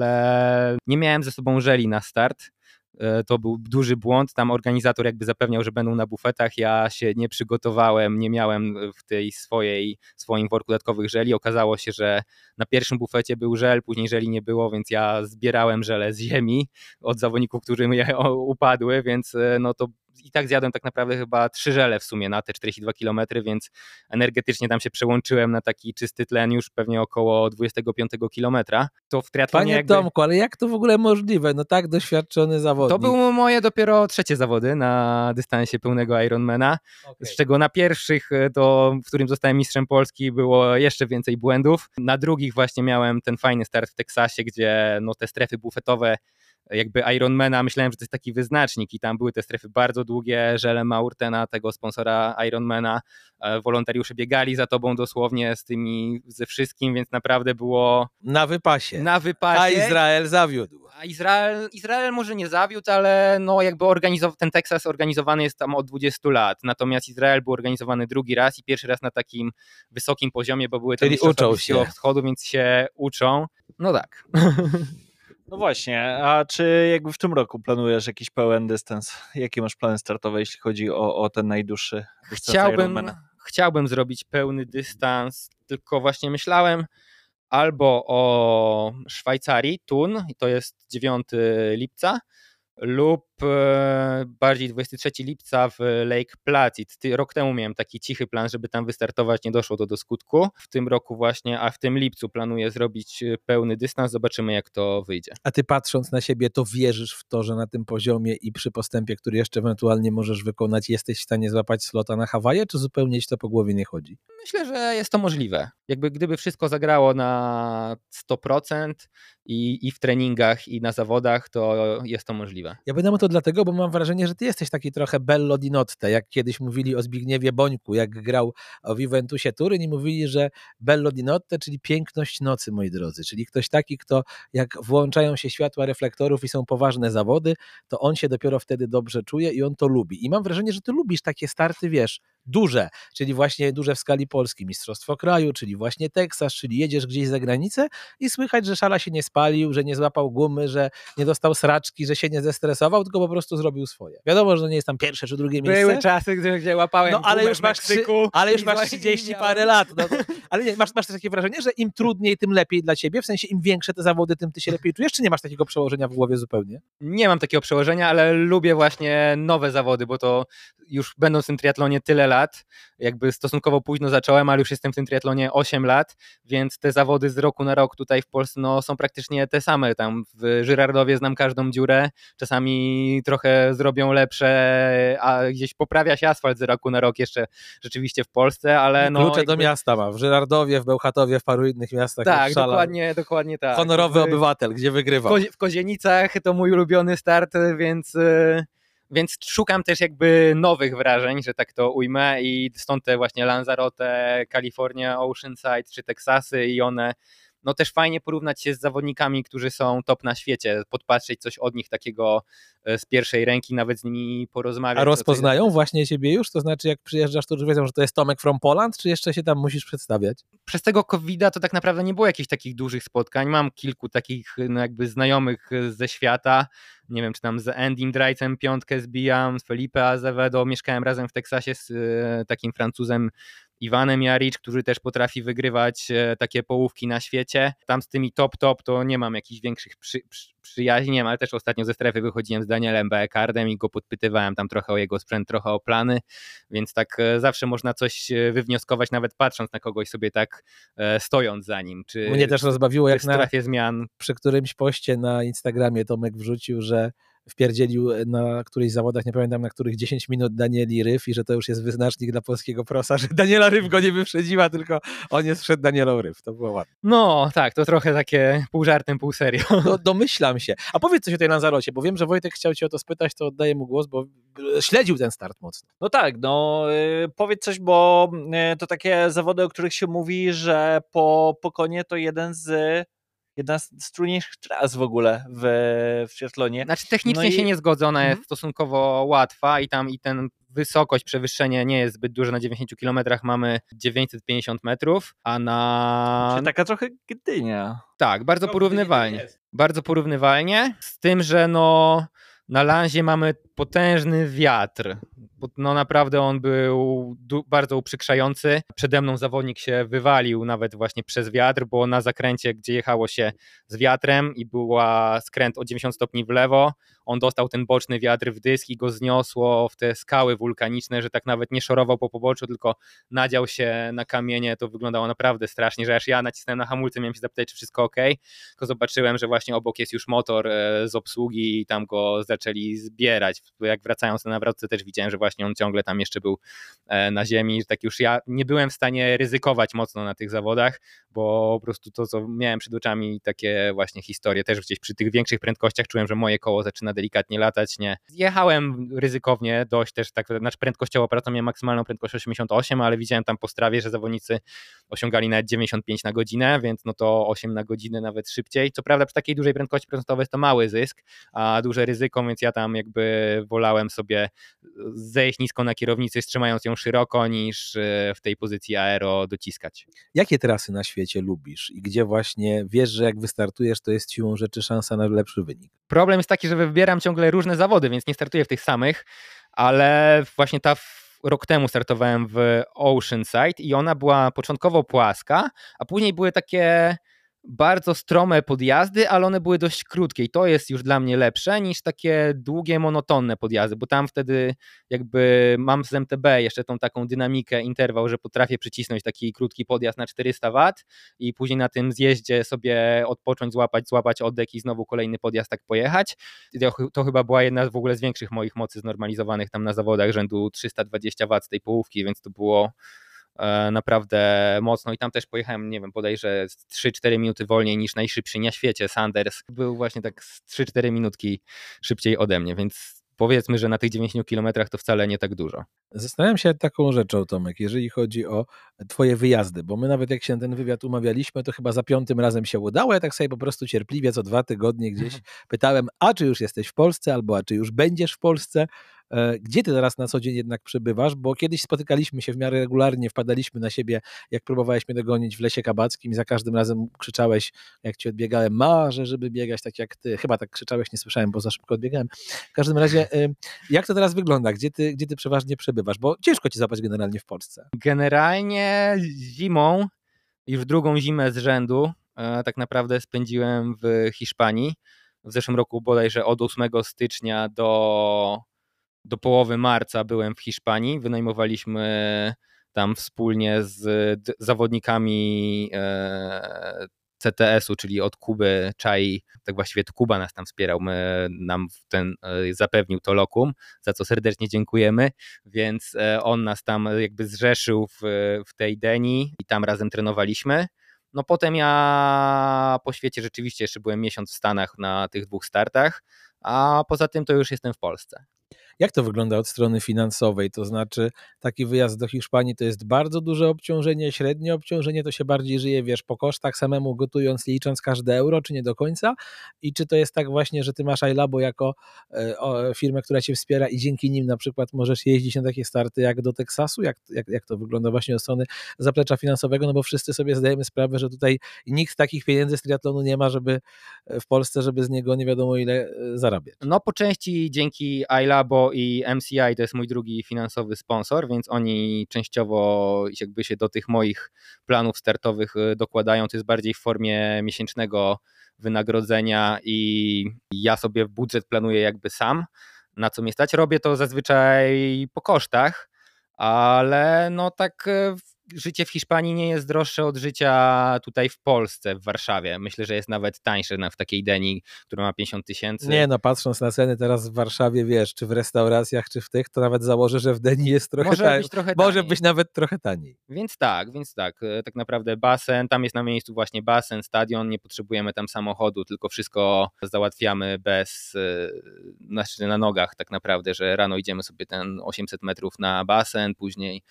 ale nie miałem ze sobą żeli na start. To był duży błąd, tam organizator jakby zapewniał, że będą na bufetach, ja się nie przygotowałem, nie miałem w tej swojej, swoim worku dodatkowych żeli, okazało się, że na pierwszym bufecie był żel, później żeli nie było, więc ja zbierałem żele z ziemi od zawodników, którzy mi upadły, więc no to i tak zjadłem tak naprawdę chyba trzy żele w sumie na te czterdzieści dwa kilometry, więc energetycznie tam się przełączyłem na taki czysty tlen już pewnie około dwudziestego piątego kilometra. To w triatlonie Panie jakby... Tomku, ale jak to w ogóle możliwe? No tak doświadczony zawodnik. To były moje dopiero trzecie zawody na dystansie pełnego Ironmana, okay. Z czego na pierwszych, to, w którym zostałem mistrzem Polski, było jeszcze więcej błędów. Na drugich właśnie miałem ten fajny start w Teksasie, gdzie no, te strefy bufetowe jakby Ironmana, myślałem, że to jest taki wyznacznik i tam były te strefy bardzo długie, żele Maurtena, tego sponsora Ironmana, wolontariusze biegali za tobą dosłownie z tymi, ze wszystkim, więc naprawdę było... Na wypasie. Na wypasie. A Izrael zawiódł. A Izrael, Izrael może nie zawiódł, ale no jakby organizow- ten Teksas organizowany jest tam od dwudziestu lat, natomiast Izrael był organizowany drugi raz i pierwszy raz na takim wysokim poziomie, bo były tam uczą się Wschodu, więc się uczą. No tak. No właśnie, a czy jakby w tym roku planujesz jakiś pełen dystans? Jakie masz plany startowe, jeśli chodzi o, o ten najdłuższy dystans chciałbym, Ironmana? Chciałbym zrobić pełny dystans, tylko właśnie myślałem albo o Szwajcarii, Thun, i to jest dziewiątego lipca, lub bardziej dwudziestego trzeciego lipca w Lake Placid. Rok temu miałem taki cichy plan, żeby tam wystartować, nie doszło to do skutku. W tym roku właśnie, a w tym lipcu planuję zrobić pełny dystans, zobaczymy jak to wyjdzie. A ty patrząc na siebie, to wierzysz w to, że na tym poziomie i przy postępie, który jeszcze ewentualnie możesz wykonać, jesteś w stanie złapać slota na Hawaje, czy zupełnie ci to po głowie nie chodzi? Myślę, że jest to możliwe. Jakby gdyby wszystko zagrało na sto procent i, i w treningach, i na zawodach, to jest to możliwe. Ja pytam o to dlatego, bo mam wrażenie, że ty jesteś taki trochę bello di notte, jak kiedyś mówili o Zbigniewie Bońku, jak grał w Juventusie Turyn i mówili, że bello di notte, czyli piękność nocy, moi drodzy, czyli ktoś taki, kto jak włączają się światła reflektorów i są poważne zawody, to on się dopiero wtedy dobrze czuje i on to lubi. I mam wrażenie, że ty lubisz takie starty, wiesz, duże, czyli właśnie duże w skali Polski, mistrzostwo kraju, czyli właśnie Teksas, czyli jedziesz gdzieś za granicę i słychać, że szala się nie spalił, że nie złapał gumy, że nie dostał sraczki, że się nie zestresował, tylko po prostu zrobił swoje. Wiadomo, że nie jest tam pierwsze czy drugie miejsce. Były czasy, gdzie łapałem no, ale gumę już w masz Meksyku. trzy, ale już i masz właśnie trzydzieści miałem- parę lat. No, to, ale nie, masz, masz też takie wrażenie, że im trudniej, tym lepiej dla ciebie, w sensie im większe te zawody, tym ty się lepiej czujesz, czy nie masz takiego przełożenia w głowie zupełnie? Nie mam takiego przełożenia, ale lubię właśnie nowe zawody, bo to już będąc w tym triatlonie tyle lat, jakby stosunkowo późno zacząłem, ale już jestem w tym triatlonie osiem lat, więc te zawody z roku na rok tutaj w Polsce no, są praktycznie te same. Tam w Żyrardowie znam każdą dziurę, czasami trochę zrobią lepsze, a gdzieś poprawia się asfalt z roku na rok jeszcze rzeczywiście w Polsce, ale no... Klucze jakby... do miasta ma, w Żyrardowie, w Bełchatowie, w paru innych miastach. Tak, szala. dokładnie, dokładnie tak. Honorowy W- obywatel, gdzie W, wygrywał. Kozie, w Kozienicach to mój ulubiony start, więc, y, więc szukam też jakby nowych wrażeń, że tak to ujmę i stąd te właśnie Lanzarote, Kalifornia, Oceanside czy Teksasy i one, no też fajnie porównać się z zawodnikami, którzy są top na świecie, podpatrzeć coś od nich takiego y, z pierwszej ręki, nawet z nimi porozmawiać. A co- co- rozpoznają właśnie ciebie już? To znaczy jak przyjeżdżasz, to już wiedzą, że to jest Tomek from Poland, czy jeszcze się tam musisz przedstawiać? Przez tego kowida to tak naprawdę nie było jakichś takich dużych spotkań. Mam kilku takich no jakby znajomych ze świata. Nie wiem, czy tam z Andym Drajcem piątkę zbijam, z Felipe Azevedo. Mieszkałem razem w Teksasie z e, takim Francuzem Iwanem Jaricz, który też potrafi wygrywać e, takie połówki na świecie. Tam z tymi top top to nie mam jakichś większych przy, przy, przyjaźni, ale też ostatnio ze strefy wychodziłem z Danielem Beekardem i go podpytywałem tam trochę o jego sprzęt, trochę o plany, więc tak e, zawsze można coś e, wywnioskować, nawet patrząc na kogoś sobie tak e, stojąc za nim. Czy Mnie też rozbawiło, w jak na, strefie zmian. przy którymś poście na Instagramie Tomek wrzucił, że wpierdzielił na którychś zawodach, nie pamiętam na których, dziesięć minut Danieli Ryf i że to już jest wyznacznik dla polskiego prosa, że Daniela Ryf go nie wyprzedziła, tylko on jest przed Danielą Ryf. To było ładne. No tak, to trochę takie pół żartem, pół serio. No, domyślam się. A powiedz coś o tej Lanzarocie, bo wiem, że Wojtek chciał cię o to spytać, to oddaję mu głos, bo śledził ten start mocno. No tak, no y, powiedz coś, bo y, to takie zawody, o których się mówi, że po Pokonie to jeden z jedna z trudniejszych tras w ogóle w, w triatlonie. Znaczy technicznie No i- się nie zgodzę, ona Mhm. jest stosunkowo łatwa i tam i ten wysokość, przewyższenie nie jest zbyt duże, na dziewięćdziesięciu kilometrach mamy dziewięćset pięćdziesiąt metrów, a na... Czyli taka trochę Gdynia. Tak, bardzo No, porównywalnie. jest. Bardzo porównywalnie, z tym, że no na Lanzie mamy potężny wiatr. Bo no naprawdę on był du- bardzo uprzykrzający. Przede mną zawodnik się wywalił nawet właśnie przez wiatr, bo na zakręcie, gdzie jechało się z wiatrem i była skręt o dziewięćdziesiąt stopni w lewo, on dostał ten boczny wiatr w dysk i go zniosło w te skały wulkaniczne, że tak nawet nie szorował po poboczu, tylko nadział się na kamienie. To wyglądało naprawdę strasznie, że aż ja nacisnąłem na hamulce, miałem się zapytać, czy wszystko ok, tylko zobaczyłem, że właśnie obok jest już motor e, z obsługi i tam go zaczęli zbierać. Jak wracając na nawrotce też widziałem, że właśnie on ciągle tam jeszcze był e, na ziemi, że tak już ja nie byłem w stanie ryzykować mocno na tych zawodach, bo po prostu to, co miałem przed oczami, takie właśnie historie, też gdzieś przy tych większych prędkościach czułem, że moje koło zaczyna delikatnie latać, nie. Jechałem ryzykownie dość też, tak, znaczy prędkościowo operacją miałem maksymalną prędkość osiemdziesiąt osiem, ale widziałem tam po strawie, że zawodnicy osiągali nawet dziewięćdziesiąt pięć na godzinę, więc no to osiem na godzinę nawet szybciej. Co prawda przy takiej dużej prędkości procentowej jest to mały zysk, a duże ryzyko, więc ja tam jakby wolałem sobie zejść nisko na kierownicy, trzymając ją szeroko, niż e, w tej pozycji aero dociskać. Jakie trasy na świecie lubisz i gdzie właśnie wiesz, że jak wystartujesz, to jest siłą rzeczy szansa na lepszy wynik? Problem jest taki, że wybieram ciągle różne zawody, więc nie startuję w tych samych, ale właśnie ta w- rok temu startowałem w Oceanside i ona była początkowo płaska, a później były takie bardzo strome podjazdy, ale one były dość krótkie i to jest już dla mnie lepsze niż takie długie, monotonne podjazdy, bo tam wtedy jakby mam z M T B jeszcze tą taką dynamikę, interwał, że potrafię przycisnąć taki krótki podjazd na czterysta watów i później na tym zjeździe sobie odpocząć, złapać, złapać oddech i znowu kolejny podjazd tak pojechać. To, to chyba była jedna w ogóle z większych moich mocy znormalizowanych tam na zawodach, rzędu trzysta dwadzieścia watów z tej połówki, więc to było naprawdę mocno i tam też pojechałem, nie wiem, bodajże trzy cztery minuty wolniej niż najszybszy na świecie Sanders. Był właśnie tak z trzy cztery minutki szybciej ode mnie, więc powiedzmy, że na tych dziewięćdziesięciu kilometrach to wcale nie tak dużo. Zastanawiam się taką rzeczą, Tomek, jeżeli chodzi o twoje wyjazdy, bo my nawet jak się na ten wywiad umawialiśmy, to chyba za piątym razem się udało, ja tak sobie po prostu cierpliwie co dwa tygodnie gdzieś pytałem, a czy już jesteś w Polsce, albo a czy już będziesz w Polsce, Gdzie ty teraz na co dzień jednak przebywasz? Bo kiedyś spotykaliśmy się w miarę regularnie, wpadaliśmy na siebie, jak próbowałeś mnie dogonić w Lesie Kabackim i za każdym razem krzyczałeś, jak ci odbiegałem, marzę, żeby biegać tak jak ty. Chyba tak krzyczałeś, nie słyszałem, bo za szybko odbiegałem. W każdym razie, jak to teraz wygląda? Gdzie ty, gdzie ty przeważnie przebywasz? Bo ciężko ci złapać generalnie w Polsce. Generalnie zimą, już drugą zimę z rzędu, tak naprawdę spędziłem w Hiszpanii. W zeszłym roku bodajże od ósmego stycznia do, do połowy marca byłem w Hiszpanii. Wynajmowaliśmy tam wspólnie z zawodnikami C T S-u, czyli od Kuby Czai, tak właściwie to Kuba nas tam wspierał, my, nam ten zapewnił to lokum, za co serdecznie dziękujemy, więc on nas tam jakby zrzeszył w, w tej Deni i tam razem trenowaliśmy. No potem ja po świecie rzeczywiście jeszcze byłem miesiąc w Stanach na tych dwóch startach, a poza tym to już jestem w Polsce. Jak to wygląda od strony finansowej? To znaczy taki wyjazd do Hiszpanii to jest bardzo duże obciążenie, średnie obciążenie, to się bardziej żyje, wiesz, po kosztach samemu gotując, licząc każde euro, czy nie do końca? I czy to jest tak właśnie, że ty masz iLabo jako e, o, firmę, która cię wspiera i dzięki nim na przykład możesz jeździć na takie starty jak do Teksasu? Jak, jak, jak to wygląda właśnie od strony zaplecza finansowego? No bo wszyscy sobie zdajemy sprawę, że tutaj nikt takich pieniędzy z triatlonu nie ma, żeby w Polsce, żeby z niego nie wiadomo ile zarabiać. No po części dzięki iLabo i M C I to jest mój drugi finansowy sponsor, więc oni częściowo jakby się do tych moich planów startowych dokładają, to jest bardziej w formie miesięcznego wynagrodzenia i ja sobie budżet planuję jakby sam, na co mnie stać. Robię to zazwyczaj po kosztach, ale no tak życie w Hiszpanii nie jest droższe od życia tutaj w Polsce, w Warszawie. Myślę, że jest nawet tańsze w takiej Deni, która ma pięćdziesiąt tysięcy. Nie no, patrząc na ceny teraz w Warszawie, wiesz, czy w restauracjach, czy w tych, to nawet założę, że w Deni jest trochę Może taniej. być trochę Może taniej. być nawet trochę taniej. Więc tak, więc tak, tak naprawdę basen, tam jest na miejscu właśnie basen, stadion, nie potrzebujemy tam samochodu, tylko wszystko załatwiamy bez, znaczy na nogach tak naprawdę, że rano idziemy sobie ten osiemset metrów na basen, później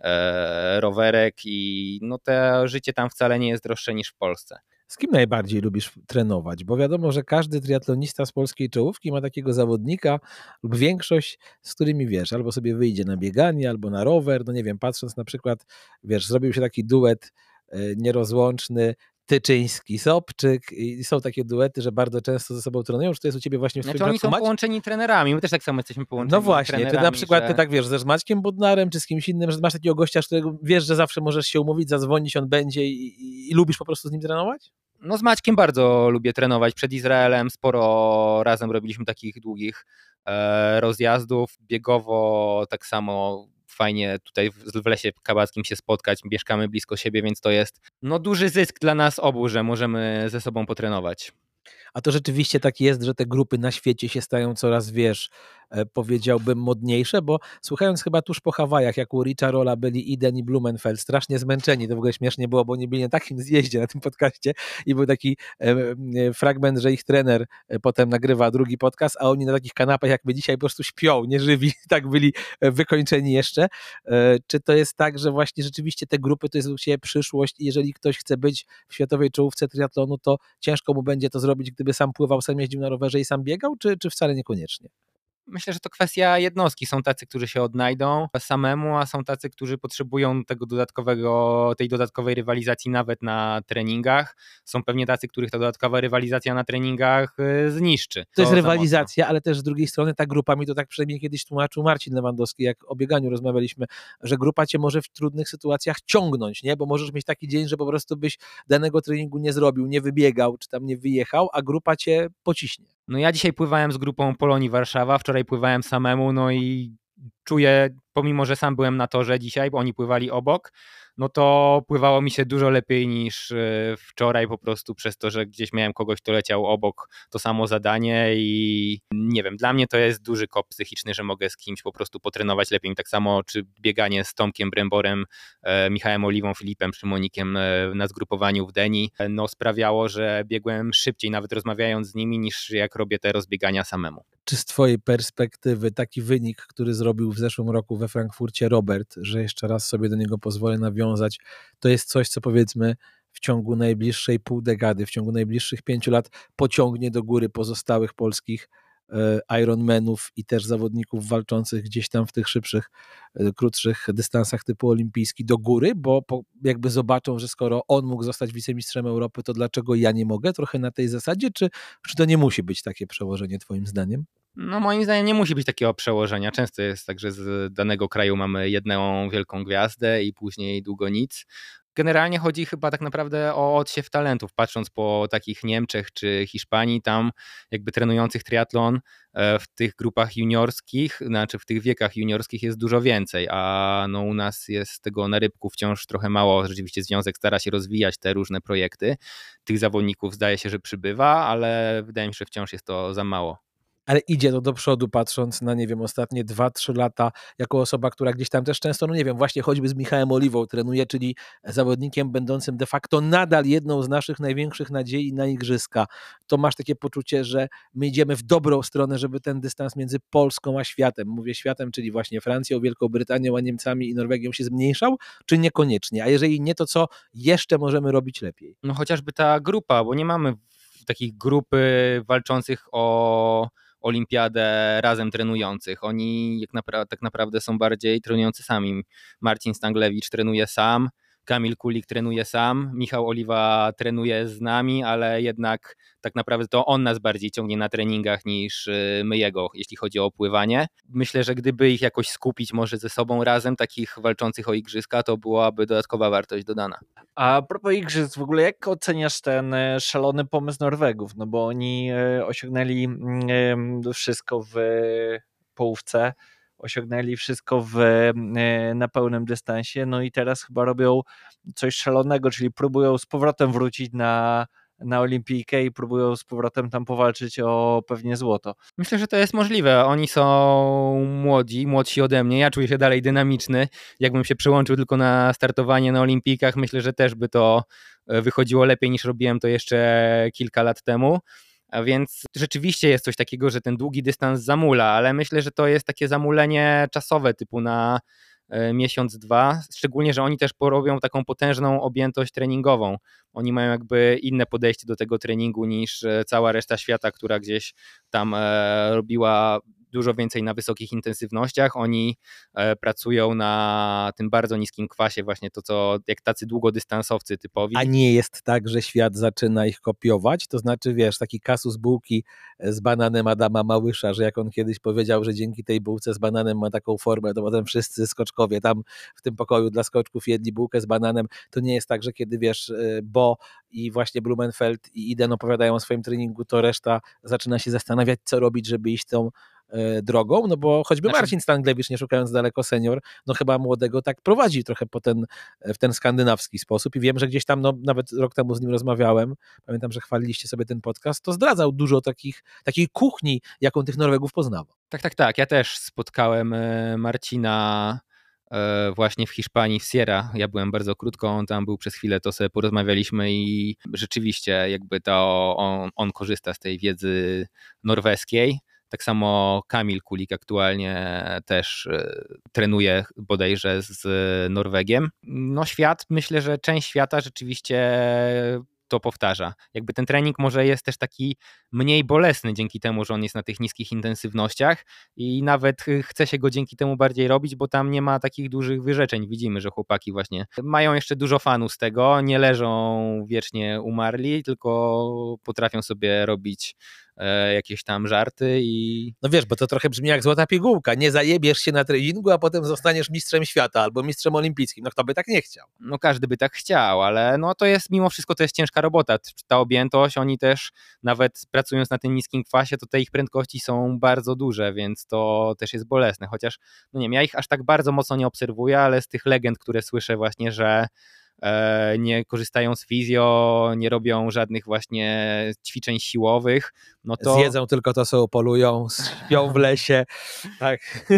e, rowerek i no to życie tam wcale nie jest droższe niż w Polsce. Z kim najbardziej lubisz trenować? Bo wiadomo, że każdy triatlonista z polskiej czołówki ma takiego zawodnika lub większość, z którymi wiesz, albo sobie wyjdzie na bieganie, albo na rower, no nie wiem, patrząc na przykład, wiesz, zrobił się taki duet y, nierozłączny, Tyczyński, Sobczyk i są takie duety, że bardzo często ze sobą trenują, czy to jest u ciebie właśnie w Znaczy twoim oni są Maciek? połączeni trenerami, my też tak samo jesteśmy połączeni No właśnie, trenerami. ty na przykład że... ty tak wiesz, że z Maćkiem Bodnarem, czy z kimś innym, że masz takiego gościa, z którego wiesz, że zawsze możesz się umówić, zadzwonić, on będzie i, i, i lubisz po prostu z nim trenować? No z Maćkiem bardzo lubię trenować. Przed Izraelem sporo razem robiliśmy takich długich e, rozjazdów. Biegowo tak samo fajnie tutaj w, w Lesie Kabackim się spotkać. Mieszkamy blisko siebie, więc to jest no duży zysk dla nas obu, że możemy ze sobą potrenować. A to rzeczywiście tak jest, że te grupy na świecie się stają coraz, wiesz, powiedziałbym modniejsze, bo słuchając chyba tuż po Hawajach, jak u Richa Rolla byli Iden i Blumenfeld, strasznie zmęczeni, to w ogóle śmiesznie było, bo oni byli na takim zjeździe na tym podcaście i był taki e, fragment, że ich trener potem nagrywa drugi podcast, a oni na takich kanapach jak my dzisiaj po prostu śpią, nieżywi, tak byli wykończeni jeszcze. E, czy to jest tak, że właśnie rzeczywiście te grupy to jest u Ciebie przyszłość i jeżeli ktoś chce być w światowej czołówce triatlonu, to ciężko mu będzie to zrobić, gdyby sam pływał, sam jeździł na rowerze i sam biegał, czy, czy wcale niekoniecznie? Myślę, że to kwestia jednostki. Są tacy, którzy się odnajdą samemu, a są tacy, którzy potrzebują tego dodatkowego, tej dodatkowej rywalizacji nawet na treningach. Są pewnie tacy, których ta dodatkowa rywalizacja na treningach zniszczy. To, to jest za rywalizacja, ale też z drugiej strony ta grupa mi to tak przynajmniej kiedyś tłumaczył Marcin Lewandowski, jak o bieganiu rozmawialiśmy, że grupa cię może w trudnych sytuacjach ciągnąć, nie? Bo możesz mieć taki dzień, że po prostu byś danego treningu nie zrobił, nie wybiegał, czy tam nie wyjechał, a grupa cię pociśnie. No ja dzisiaj pływałem z grupą Polonii Warszawa, wczoraj pływałem samemu, no i czuję, pomimo że sam byłem na torze dzisiaj, bo oni pływali obok, no to pływało mi się dużo lepiej niż wczoraj po prostu przez to, że gdzieś miałem kogoś, kto leciał obok to samo zadanie i nie wiem, dla mnie to jest duży kop psychiczny, że mogę z kimś po prostu potrenować lepiej. Tak samo czy bieganie z Tomkiem Bremborem, Michałem Oliwą, Filipem Przymonikiem na zgrupowaniu w Deni, no sprawiało, że biegłem szybciej, nawet rozmawiając z nimi, niż jak robię te rozbiegania samemu. Czy z twojej perspektywy taki wynik, który zrobił w zeszłym roku we Frankfurcie Robert, że jeszcze raz sobie do niego pozwolę nawiązać, to jest coś, co powiedzmy w ciągu najbliższej pół dekady, w ciągu najbliższych pięciu lat pociągnie do góry pozostałych polskich Ironmanów i też zawodników walczących gdzieś tam w tych szybszych, krótszych dystansach typu olimpijski do góry, bo po, jakby zobaczą, że skoro on mógł zostać wicemistrzem Europy, to dlaczego ja nie mogę? Trochę na tej zasadzie, czy, czy to nie musi być takie przełożenie twoim zdaniem? No moim zdaniem nie musi być takiego przełożenia. Często jest tak, że z danego kraju mamy jedną wielką gwiazdę i później długo nic. Generalnie chodzi chyba tak naprawdę o odsiew talentów, patrząc po takich Niemczech czy Hiszpanii, tam jakby trenujących triatlon w tych grupach juniorskich, znaczy w tych wiekach juniorskich jest dużo więcej, a no u nas jest tego na rybku wciąż trochę mało. Rzeczywiście związek stara się rozwijać te różne projekty. Tych zawodników zdaje się, że przybywa, ale wydaje mi się, że wciąż jest to za mało. Ale idzie to do przodu, patrząc na, nie wiem, ostatnie dwa trzy lata, jako osoba, która gdzieś tam też często, no nie wiem, właśnie choćby z Michałem Oliwą trenuje, czyli zawodnikiem będącym de facto nadal jedną z naszych największych nadziei na igrzyska. To masz takie poczucie, że my idziemy w dobrą stronę, żeby ten dystans między Polską a światem, mówię światem, czyli właśnie Francją, Wielką Brytanią, a Niemcami i Norwegią się zmniejszał, czy niekoniecznie? A jeżeli nie, to co jeszcze możemy robić lepiej? No chociażby ta grupa, bo nie mamy takich grupy walczących o olimpiadę razem trenujących. Oni jak napra- tak naprawdę są bardziej trenujący sami. Marcin Stanglewicz trenuje sam, Kamil Kulik trenuje sam, Michał Oliwa trenuje z nami, ale jednak tak naprawdę to on nas bardziej ciągnie na treningach niż my jego, jeśli chodzi o pływanie. Myślę, że gdyby ich jakoś skupić może ze sobą razem, takich walczących o igrzyska, to byłaby dodatkowa wartość dodana. A propos igrzysk, w ogóle jak oceniasz ten szalony pomysł Norwegów? No bo oni osiągnęli wszystko w połówce, osiągnęli wszystko w, na pełnym dystansie, no i teraz chyba robią coś szalonego, czyli próbują z powrotem wrócić na, na olimpijkę i próbują z powrotem tam powalczyć o pewnie złoto. Myślę, że to jest możliwe. Oni są młodzi, młodsi ode mnie. Ja czuję się dalej dynamiczny. Jakbym się przyłączył tylko na startowanie na olimpijkach, myślę, że też by to wychodziło lepiej niż robiłem to jeszcze kilka lat temu. A więc rzeczywiście jest coś takiego, że ten długi dystans zamula, ale myślę, że to jest takie zamulenie czasowe typu na miesiąc, dwa, szczególnie, że oni też porobią taką potężną objętość treningową. Oni mają jakby inne podejście do tego treningu niż cała reszta świata, która gdzieś tam robiła dużo więcej na wysokich intensywnościach. Oni pracują na tym bardzo niskim kwasie, właśnie to, co jak tacy długodystansowcy typowi. A nie jest tak, że świat zaczyna ich kopiować? To znaczy, wiesz, taki kasus bułki z bananem Adama Małysza, że jak on kiedyś powiedział, że dzięki tej bułce z bananem ma taką formę, to potem wszyscy skoczkowie tam w tym pokoju dla skoczków jedli bułkę z bananem. To nie jest tak, że kiedy, wiesz, Bo i właśnie Blumenfeld i Iden opowiadają o swoim treningu, to reszta zaczyna się zastanawiać, co robić, żeby iść tą drogą, no bo choćby znaczy... Marcin Stanglewicz, nie szukając daleko senior, no chyba młodego tak prowadzi trochę po ten, w ten skandynawski sposób i wiem, że gdzieś tam, no nawet rok temu z nim rozmawiałem, pamiętam, że chwaliliście sobie ten podcast, to zdradzał dużo takich, takiej kuchni, jaką tych Norwegów poznawał. Tak, tak, tak, ja też spotkałem Marcina właśnie w Hiszpanii, w Sierra. Ja byłem bardzo krótko, on tam był przez chwilę, to sobie porozmawialiśmy i rzeczywiście jakby to on, on korzysta z tej wiedzy norweskiej. Tak samo Kamil Kulik aktualnie też trenuje bodajże z Norwegiem. No świat, myślę, że część świata rzeczywiście to powtarza. Jakby ten trening może jest też taki mniej bolesny dzięki temu, że on jest na tych niskich intensywnościach i nawet chce się go dzięki temu bardziej robić, bo tam nie ma takich dużych wyrzeczeń. Widzimy, że chłopaki właśnie mają jeszcze dużo fanów z tego, nie leżą wiecznie umarli, tylko potrafią sobie robić jakieś tam żarty i... No wiesz, bo to trochę brzmi jak złota pigułka. Nie zajebiesz się na treningu, a potem zostaniesz mistrzem świata albo mistrzem olimpijskim. No kto by tak nie chciał? No każdy by tak chciał, ale no to jest mimo wszystko to jest ciężka robota. Ta objętość, oni też nawet pracując na tym niskim kwasie, to te ich prędkości są bardzo duże, więc to też jest bolesne. Chociaż, no nie wiem, ja ich aż tak bardzo mocno nie obserwuję, ale z tych legend, które słyszę właśnie, że nie korzystają z fizjo, nie robią żadnych właśnie ćwiczeń siłowych, no to... Zjedzą tylko to, co polują, śpią w lesie, tak.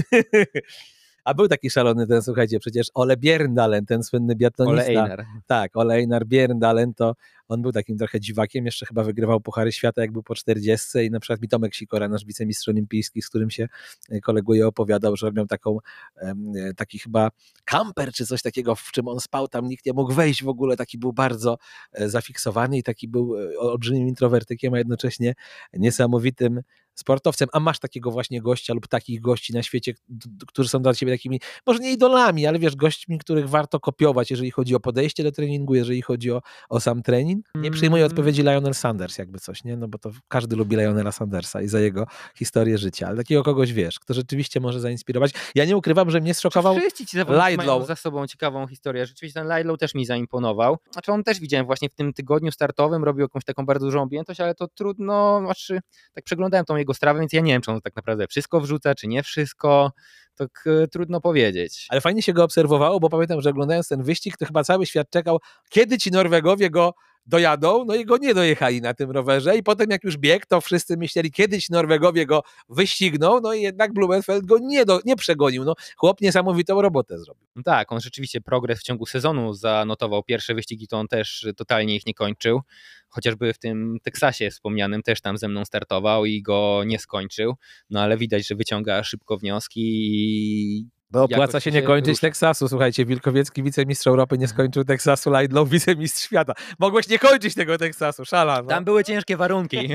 A był taki szalony ten, słuchajcie, przecież Ole Bjerndalen, ten słynny biatlonista. Ole Einar. Tak, Ole Einar Bjerndalen, to on był takim trochę dziwakiem, jeszcze chyba wygrywał Puchary Świata, jak był po czterdziestce i na przykład mi Tomek Sikora, nasz wicemistrz olimpijski, z którym się koleguje, opowiadał, że miał taką, taki chyba kamper czy coś takiego, w czym on spał, tam nikt nie mógł wejść w ogóle, taki był bardzo zafiksowany i taki był olbrzymim introwertykiem, a jednocześnie niesamowitym sportowcem, a masz takiego właśnie gościa lub takich gości na świecie, którzy są dla ciebie takimi, może nie idolami, ale wiesz, gośćmi, których warto kopiować, jeżeli chodzi o podejście do treningu, jeżeli chodzi o, o sam trening? Nie przyjmuję Mm. odpowiedzi Lionel Sanders, jakby coś, nie? No bo to każdy lubi Lionela Sandersa i za jego historię życia, ale takiego kogoś, wiesz, kto rzeczywiście może zainspirować. Ja nie ukrywam, że mnie zszokował Wszyscy ci zawodnicy mają Laidlaw. za sobą ciekawą historię. Rzeczywiście ten Laidlaw też mi zaimponował. Znaczy on też widziałem właśnie w tym tygodniu startowym, robił jakąś taką bardzo dużą objętość, ale to trudno, znaczy tak przeglądałem tą jego strawę, więc ja nie wiem, czy on tak naprawdę wszystko wrzuca, czy nie wszystko. Tak e, trudno powiedzieć. Ale fajnie się go obserwowało, bo pamiętam, że oglądając ten wyścig, to chyba cały świat czekał, kiedy ci Norwegowie go dojadą, no i go nie dojechali na tym rowerze i potem jak już biegł, to wszyscy myśleli, kiedyś Norwegowie go wyścigną, no i jednak Blumenfeld go nie, do, nie przegonił. No, chłop niesamowitą robotę zrobił. No tak, on rzeczywiście progres w ciągu sezonu zanotował. Pierwsze wyścigi to on też totalnie ich nie kończył. Chociażby w tym Teksasie wspomnianym też tam ze mną startował i go nie skończył. No ale widać, że wyciąga szybko wnioski i Bo opłaca jakoś się nie się kończyć rusza. Teksasu. Słuchajcie, Wilkowiecki wicemistrz Europy nie skończył Teksasu, Laidlaw wicemistrz świata. Mogłeś nie kończyć tego Teksasu, szala. No. Tam były ciężkie warunki.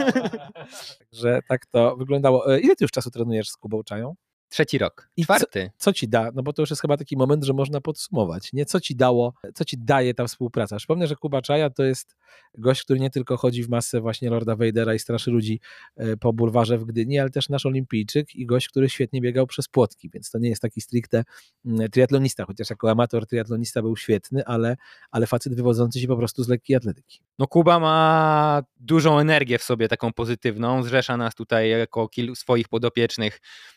Że tak to wyglądało. E, Ile ty już czasu trenujesz z Kubą Czają? Trzeci rok. I Czwarty. Co ci da? No bo to już jest chyba taki moment, że można podsumować. Nie? Co ci dało, co ci daje ta współpraca? Przypomnę, że Kuba Czaja to jest gość, który nie tylko chodzi w masę właśnie Lorda Vadera i straszy ludzi e, po bulwarze w Gdyni, ale też nasz olimpijczyk i gość, który świetnie biegał przez płotki, więc to nie jest taki stricte mm, triatlonista, chociaż jako amator triatlonista był świetny, ale, ale facet wywodzący się po prostu z lekkiej atletyki. No Kuba ma dużą energię w sobie, taką pozytywną. Zrzesza nas tutaj jako kilku swoich podopiecznych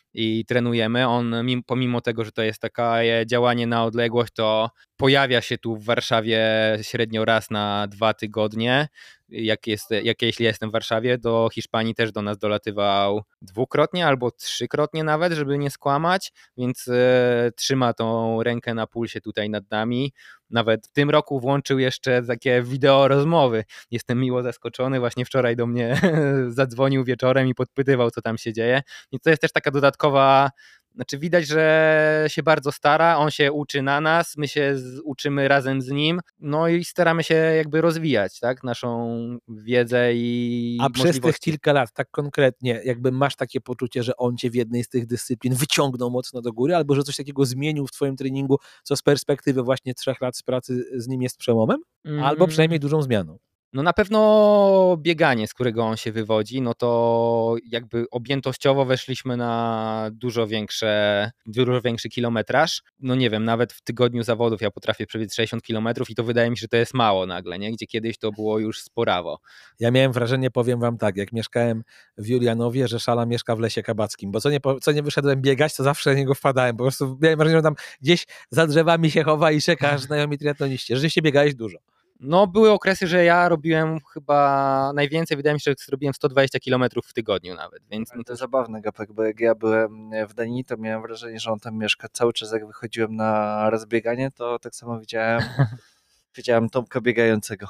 i trenujemy. On mimo, pomimo tego, że to jest takie działanie na odległość, to pojawia się tu w Warszawie średnio raz na dwa tygodnie. Jak, jest, jak jeśli jestem w Warszawie, do Hiszpanii też do nas dolatywał dwukrotnie albo trzykrotnie nawet, żeby nie skłamać, więc e, trzyma tą rękę na pulsie tutaj nad nami. Nawet w tym roku włączył jeszcze takie wideo rozmowy. Jestem miło zaskoczony, właśnie wczoraj do mnie zadzwonił wieczorem i podpytywał, co tam się dzieje. I to jest też taka dodatkowa, znaczy widać, że się bardzo stara, on się uczy na nas, my się z, uczymy razem z nim, no i staramy się jakby rozwijać, tak, naszą wiedzę i A przez możliwości. tych kilka lat, tak konkretnie, jakby masz takie poczucie, że on cię w jednej z tych dyscyplin wyciągnął mocno do góry, albo że coś takiego zmienił w twoim treningu, co z perspektywy właśnie trzech lat z pracy z nim jest przełomem? Albo przynajmniej dużą zmianą. No na pewno bieganie, z którego on się wywodzi, no to jakby objętościowo weszliśmy na dużo większe, dużo większy kilometraż. No nie wiem, nawet w tygodniu zawodów ja potrafię przebiec sześćdziesiąt kilometrów i to wydaje mi się, że to jest mało nagle, nie? Gdzie kiedyś to było już sporawo. Ja miałem wrażenie, powiem wam tak, jak mieszkałem w Julianowie, że Szala mieszka w Lesie Kabackim, bo co nie, co nie wyszedłem biegać, to zawsze na niego wpadałem. Po prostu miałem wrażenie, że tam gdzieś za drzewami się chowa i czeka, aż znajomi triatloniści. Rzeczywiście biegałeś dużo. No były okresy, że ja robiłem chyba najwięcej, wydaje mi się, że zrobiłem sto dwadzieścia kilometrów w tygodniu nawet. Więc no to jest zabawne, Gapek, bo jak ja byłem w Danii, to miałem wrażenie, że on tam mieszka cały czas. Jak wychodziłem na rozbieganie, to tak samo widziałem, widziałem Tomka biegającego.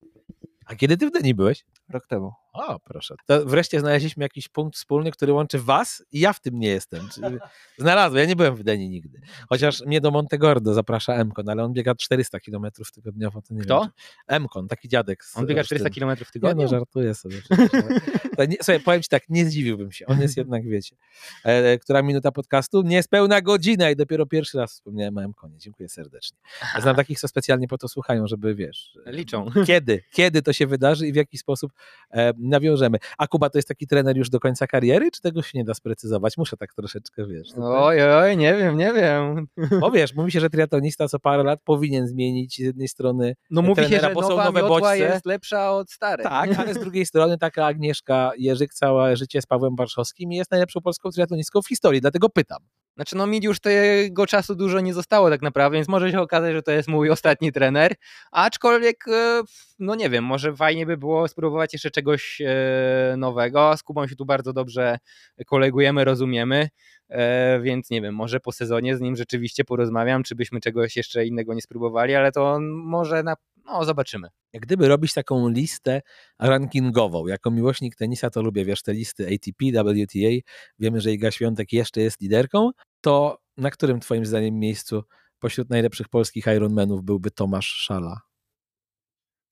A kiedy ty w Danii byłeś? Rok temu. O, proszę. To wreszcie znaleźliśmy jakiś punkt wspólny, który łączy was i ja w tym nie jestem. Czyli znalazłem, ja nie byłem w Danii nigdy. Chociaż mnie do Montegordo zaprasza Emkon, ale on biega czterysta kilometrów tygodniowo. To nie Kto? Wiem, czy... Emkon, taki dziadek. Z on biega czterysta Olsztynu. kilometrów w Nie, tygodniu? no żartuję sobie. To nie, słuchaj, powiem ci tak, nie zdziwiłbym się. On jest jednak, wiecie, e, która minuta podcastu? Niespełna godzina i dopiero pierwszy raz wspomniałem o Emkonie. Dziękuję serdecznie. Ja znam takich, co specjalnie po to słuchają, żeby, wiesz... Liczą. Kiedy, kiedy to się wydarzy i w jaki sposób e, nawiążemy. A Kuba to jest taki trener już do końca kariery, czy tego się nie da sprecyzować? Muszę tak troszeczkę, wiesz. Tutaj... Oj, oj, nie wiem, nie wiem. Bo wiesz, mówi się, że triatlonista co parę lat powinien zmienić z jednej strony No mówi się, trenera, że bo są nowa nowe miotła bodźce. jest lepsza od starej. Tak, ale z drugiej strony taka Agnieszka Jerzyk całe życie z Pawłem Warszawskim jest najlepszą polską triatlonistką w historii, dlatego pytam. Znaczy no mi już tego czasu dużo nie zostało tak naprawdę, więc może się okazać, że to jest mój ostatni trener, aczkolwiek no nie wiem, może fajnie by było spróbować jeszcze czegoś nowego. Z Kubą się tu bardzo dobrze kolegujemy, rozumiemy, więc nie wiem, może po sezonie z nim rzeczywiście porozmawiam, czy byśmy czegoś jeszcze innego nie spróbowali, ale to może na, no zobaczymy. Jak gdyby robić taką listę rankingową, jako miłośnik tenisa to lubię, wiesz, te listy A T P, W T A, wiemy, że Iga Świątek jeszcze jest liderką, to na którym twoim zdaniem miejscu pośród najlepszych polskich Ironmanów byłby Tomasz Szala?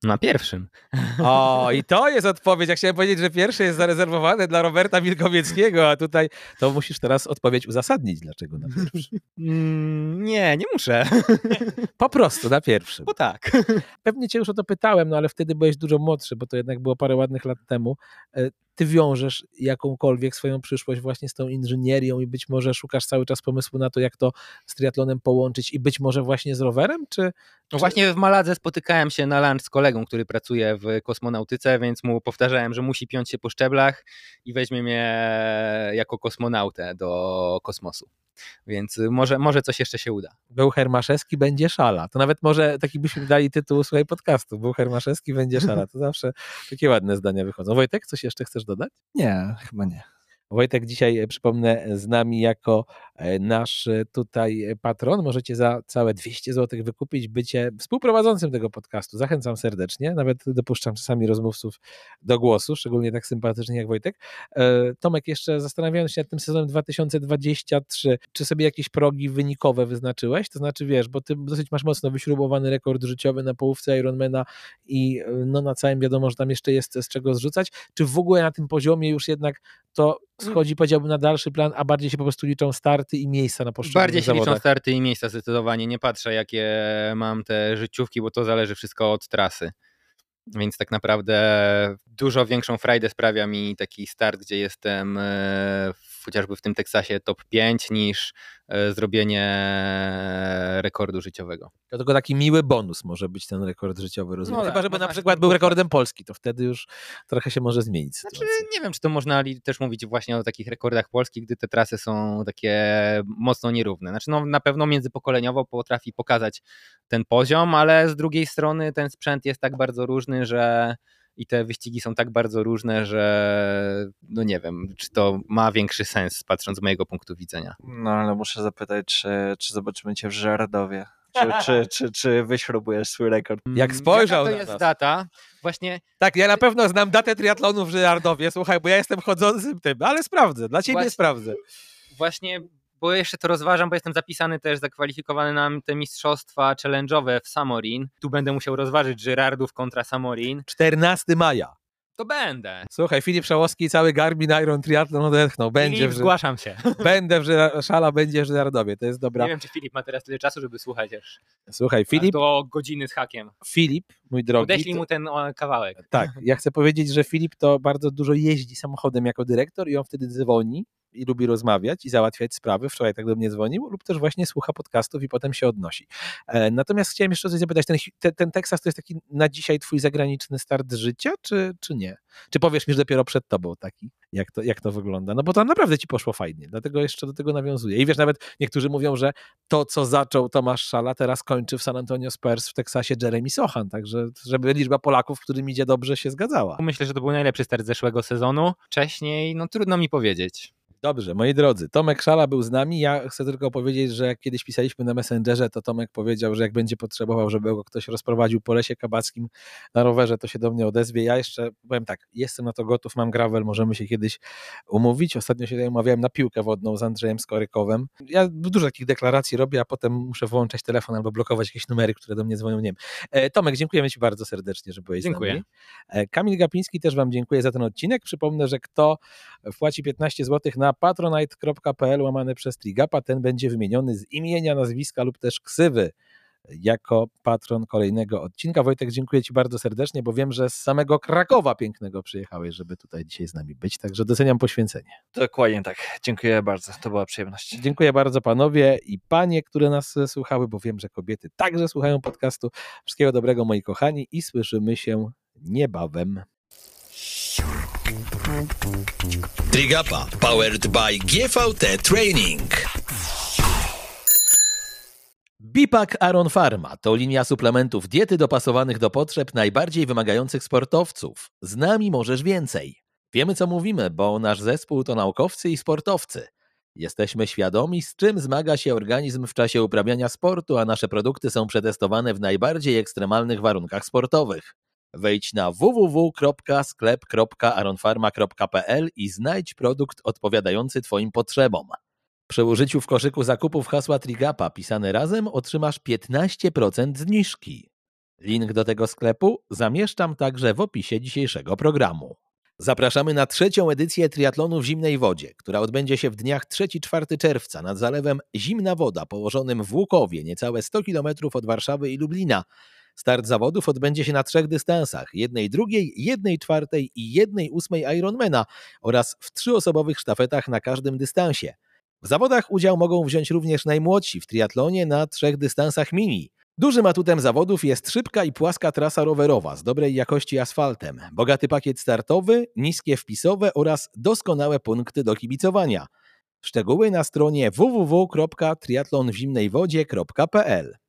Na pierwszym. O, i to jest odpowiedź. Ja chciałem powiedzieć, że pierwsze jest zarezerwowane dla Roberta Wilkowieckiego, a tutaj to musisz teraz odpowiedź uzasadnić, dlaczego na pierwszym. Mm, nie, nie muszę. Po prostu na pierwszym. Bo tak. Pewnie cię już o to pytałem, no ale wtedy byłeś dużo młodszy, bo to jednak było parę ładnych lat temu. Ty wiążesz jakąkolwiek swoją przyszłość właśnie z tą inżynierią i być może szukasz cały czas pomysłu na to, jak to z triatlonem połączyć i być może właśnie z rowerem, czy... No właśnie w Maladze spotykałem się na lunch z kolegą, który pracuje w kosmonautyce, więc mu powtarzałem, że musi piąć się po szczeblach i weźmie mnie jako kosmonautę do kosmosu. Więc może, może coś jeszcze się uda. Był Hermaszewski, będzie szala. To nawet może taki byśmy dali tytuł, słuchaj, podcastu. Był Hermaszewski, będzie szala. To zawsze takie ładne zdania wychodzą. Wojtek, coś jeszcze chcesz dodać? Nie, chyba nie. Wojtek dzisiaj, przypomnę, z nami jako nasz tutaj patron. Możecie za całe dwieście złotych wykupić bycie współprowadzącym tego podcastu. Zachęcam serdecznie. Nawet dopuszczam czasami rozmówców do głosu, szczególnie tak sympatycznie jak Wojtek. Tomek, jeszcze zastanawiając się nad tym sezonem dwa tysiące dwudziestym trzecim, czy sobie jakieś progi wynikowe wyznaczyłeś? To znaczy, wiesz, bo ty dosyć masz mocno wyśrubowany rekord życiowy na połówce Ironmana i no na całym wiadomo, że tam jeszcze jest z czego zrzucać. Czy w ogóle na tym poziomie już jednak to schodzi, powiedziałbym, na dalszy plan, a bardziej się po prostu liczą starty i miejsca na poszczególnych Bardziej się zawodach? liczą starty i miejsca zdecydowanie. Nie patrzę, jakie mam te życiówki, bo to zależy wszystko od trasy. Więc tak naprawdę dużo większą frajdę sprawia mi taki start, gdzie jestem e, chociażby w tym Teksasie top pięć, niż e, zrobienie rekordu życiowego. To tylko taki miły bonus może być ten rekord życiowy, rozumiem. No Chyba, tak, żeby na można przykład się był pochwalić. rekordem Polski, to wtedy już trochę się może zmienić Znaczy, sytuacja. nie wiem, czy to można li- też mówić właśnie o takich rekordach polskich, gdy te trasy są takie mocno nierówne. Znaczy, no, na pewno międzypokoleniowo potrafi pokazać ten poziom, ale z drugiej strony ten sprzęt jest tak bardzo różny, że i te wyścigi są tak bardzo różne, że no nie wiem, czy to ma większy sens, patrząc z mojego punktu widzenia. No ale muszę zapytać, czy, czy zobaczymy cię w Żerdowie? Czy, czy, czy, czy wyśrubujesz swój rekord? Jak spojrzał Jaka to na jest nas. data? Właśnie Tak, ja na pewno znam datę triatlonu w Żyrardowie, słuchaj, bo ja jestem chodzącym tym, ale sprawdzę, dla ciebie Właśnie- sprawdzę. Właśnie, bo jeszcze to rozważam, bo jestem zapisany też, zakwalifikowany na te mistrzostwa challenge'owe w Samorin. Tu będę musiał rozważyć Żyrardów kontra Samorin. czternastego maja. To będę. Słuchaj, Filip Szałowski i cały Garmin Iron Triathlon odetchnął. Będzie Filip, w, Ży- zgłaszam się. będę w Żyra- szala będzie w Żyrardowie, to jest dobra. Nie wiem, czy Filip ma teraz tyle czasu, żeby słuchać aż, Słuchaj, aż Filip, do godziny z hakiem. Filip, mój drogi. Odeślij mu ten o, kawałek. Tak, ja chcę powiedzieć, że Filip to bardzo dużo jeździ samochodem jako dyrektor i on wtedy dzwoni i lubi rozmawiać i załatwiać sprawy. Wczoraj tak do mnie dzwonił, lub też właśnie słucha podcastów i potem się odnosi. E, natomiast chciałem jeszcze coś zapytać, ten, ten, ten Teksas to jest taki na dzisiaj twój zagraniczny start życia, czy, czy nie? Czy powiesz mi, że dopiero przed tobą taki, jak to, jak to wygląda? No bo tam naprawdę ci poszło fajnie, dlatego jeszcze do tego nawiązuję. I wiesz, nawet niektórzy mówią, że to, co zaczął Tomasz Szala, teraz kończy w San Antonio Spurs w Teksasie Jeremy Sochan, także żeby liczba Polaków, którym idzie dobrze, się zgadzała. Myślę, że to był najlepszy start zeszłego sezonu. Wcześniej, no trudno mi powiedzieć. Dobrze, moi drodzy, Tomek Szala był z nami. Ja chcę tylko powiedzieć, że jak kiedyś pisaliśmy na Messengerze, to Tomek powiedział, że jak będzie potrzebował, żeby go ktoś rozprowadził po Lesie Kabackim na rowerze, to się do mnie odezwie. Ja jeszcze powiem tak, jestem na to gotów, mam gravel, możemy się kiedyś umówić. Ostatnio się tutaj umawiałem na piłkę wodną z Andrzejem Skorykowem. Ja dużo takich deklaracji robię, a potem muszę wyłączać telefon albo blokować jakieś numery, które do mnie dzwonią, nie wiem. E, Tomek, dziękujemy ci bardzo serdecznie, że byłeś Dziękuję. z nami. E, Kamil Gapiński, też wam dziękuję za ten odcinek. Przypomnę, że kto wpłaci piętnaście złotych na patronite kropka p l łamane przez Trigapa, ten będzie wymieniony z imienia, nazwiska lub też ksywy jako patron kolejnego odcinka. Wojtek, dziękuję ci bardzo serdecznie, bo wiem, że z samego Krakowa pięknego przyjechałeś, żeby tutaj dzisiaj z nami być, także doceniam poświęcenie. Dokładnie tak. Dziękuję bardzo. To była przyjemność. Dziękuję bardzo panowie i panie, które nas słuchały, bo wiem, że kobiety także słuchają podcastu. Wszystkiego dobrego, moi kochani, i słyszymy się niebawem. Trigapa powered by G V T Training. Bipak Aron Pharma to linia suplementów diety dopasowanych do potrzeb najbardziej wymagających sportowców. Z nami możesz więcej. Wiemy, co mówimy, bo nasz zespół to naukowcy i sportowcy. Jesteśmy świadomi, z czym zmaga się organizm w czasie uprawiania sportu, a nasze produkty są przetestowane w najbardziej ekstremalnych warunkach sportowych. Wejdź na w w w kropka sklep kropka aronfarma kropka p l i znajdź produkt odpowiadający twoim potrzebom. Przy użyciu w koszyku zakupów hasła Trigapa pisane razem otrzymasz piętnaście procent zniżki. Link do tego sklepu zamieszczam także w opisie dzisiejszego programu. Zapraszamy na trzecią edycję triatlonu w zimnej wodzie, która odbędzie się w dniach trzeciego-czwartego czerwca nad zalewem Zimna Woda położonym w Łukowie, niecałe sto kilometrów od Warszawy i Lublina. Start zawodów odbędzie się na trzech dystansach, jednej drugiej, jednej czwartej i jednej ósmej Ironmana oraz w trzyosobowych sztafetach na każdym dystansie. W zawodach udział mogą wziąć również najmłodsi w triatlonie na trzech dystansach mini. Dużym atutem zawodów jest szybka i płaska trasa rowerowa z dobrej jakości asfaltem, bogaty pakiet startowy, niskie wpisowe oraz doskonałe punkty do kibicowania. Szczegóły na stronie w w w kropka triatlon w zimnej wodzie kropka p l.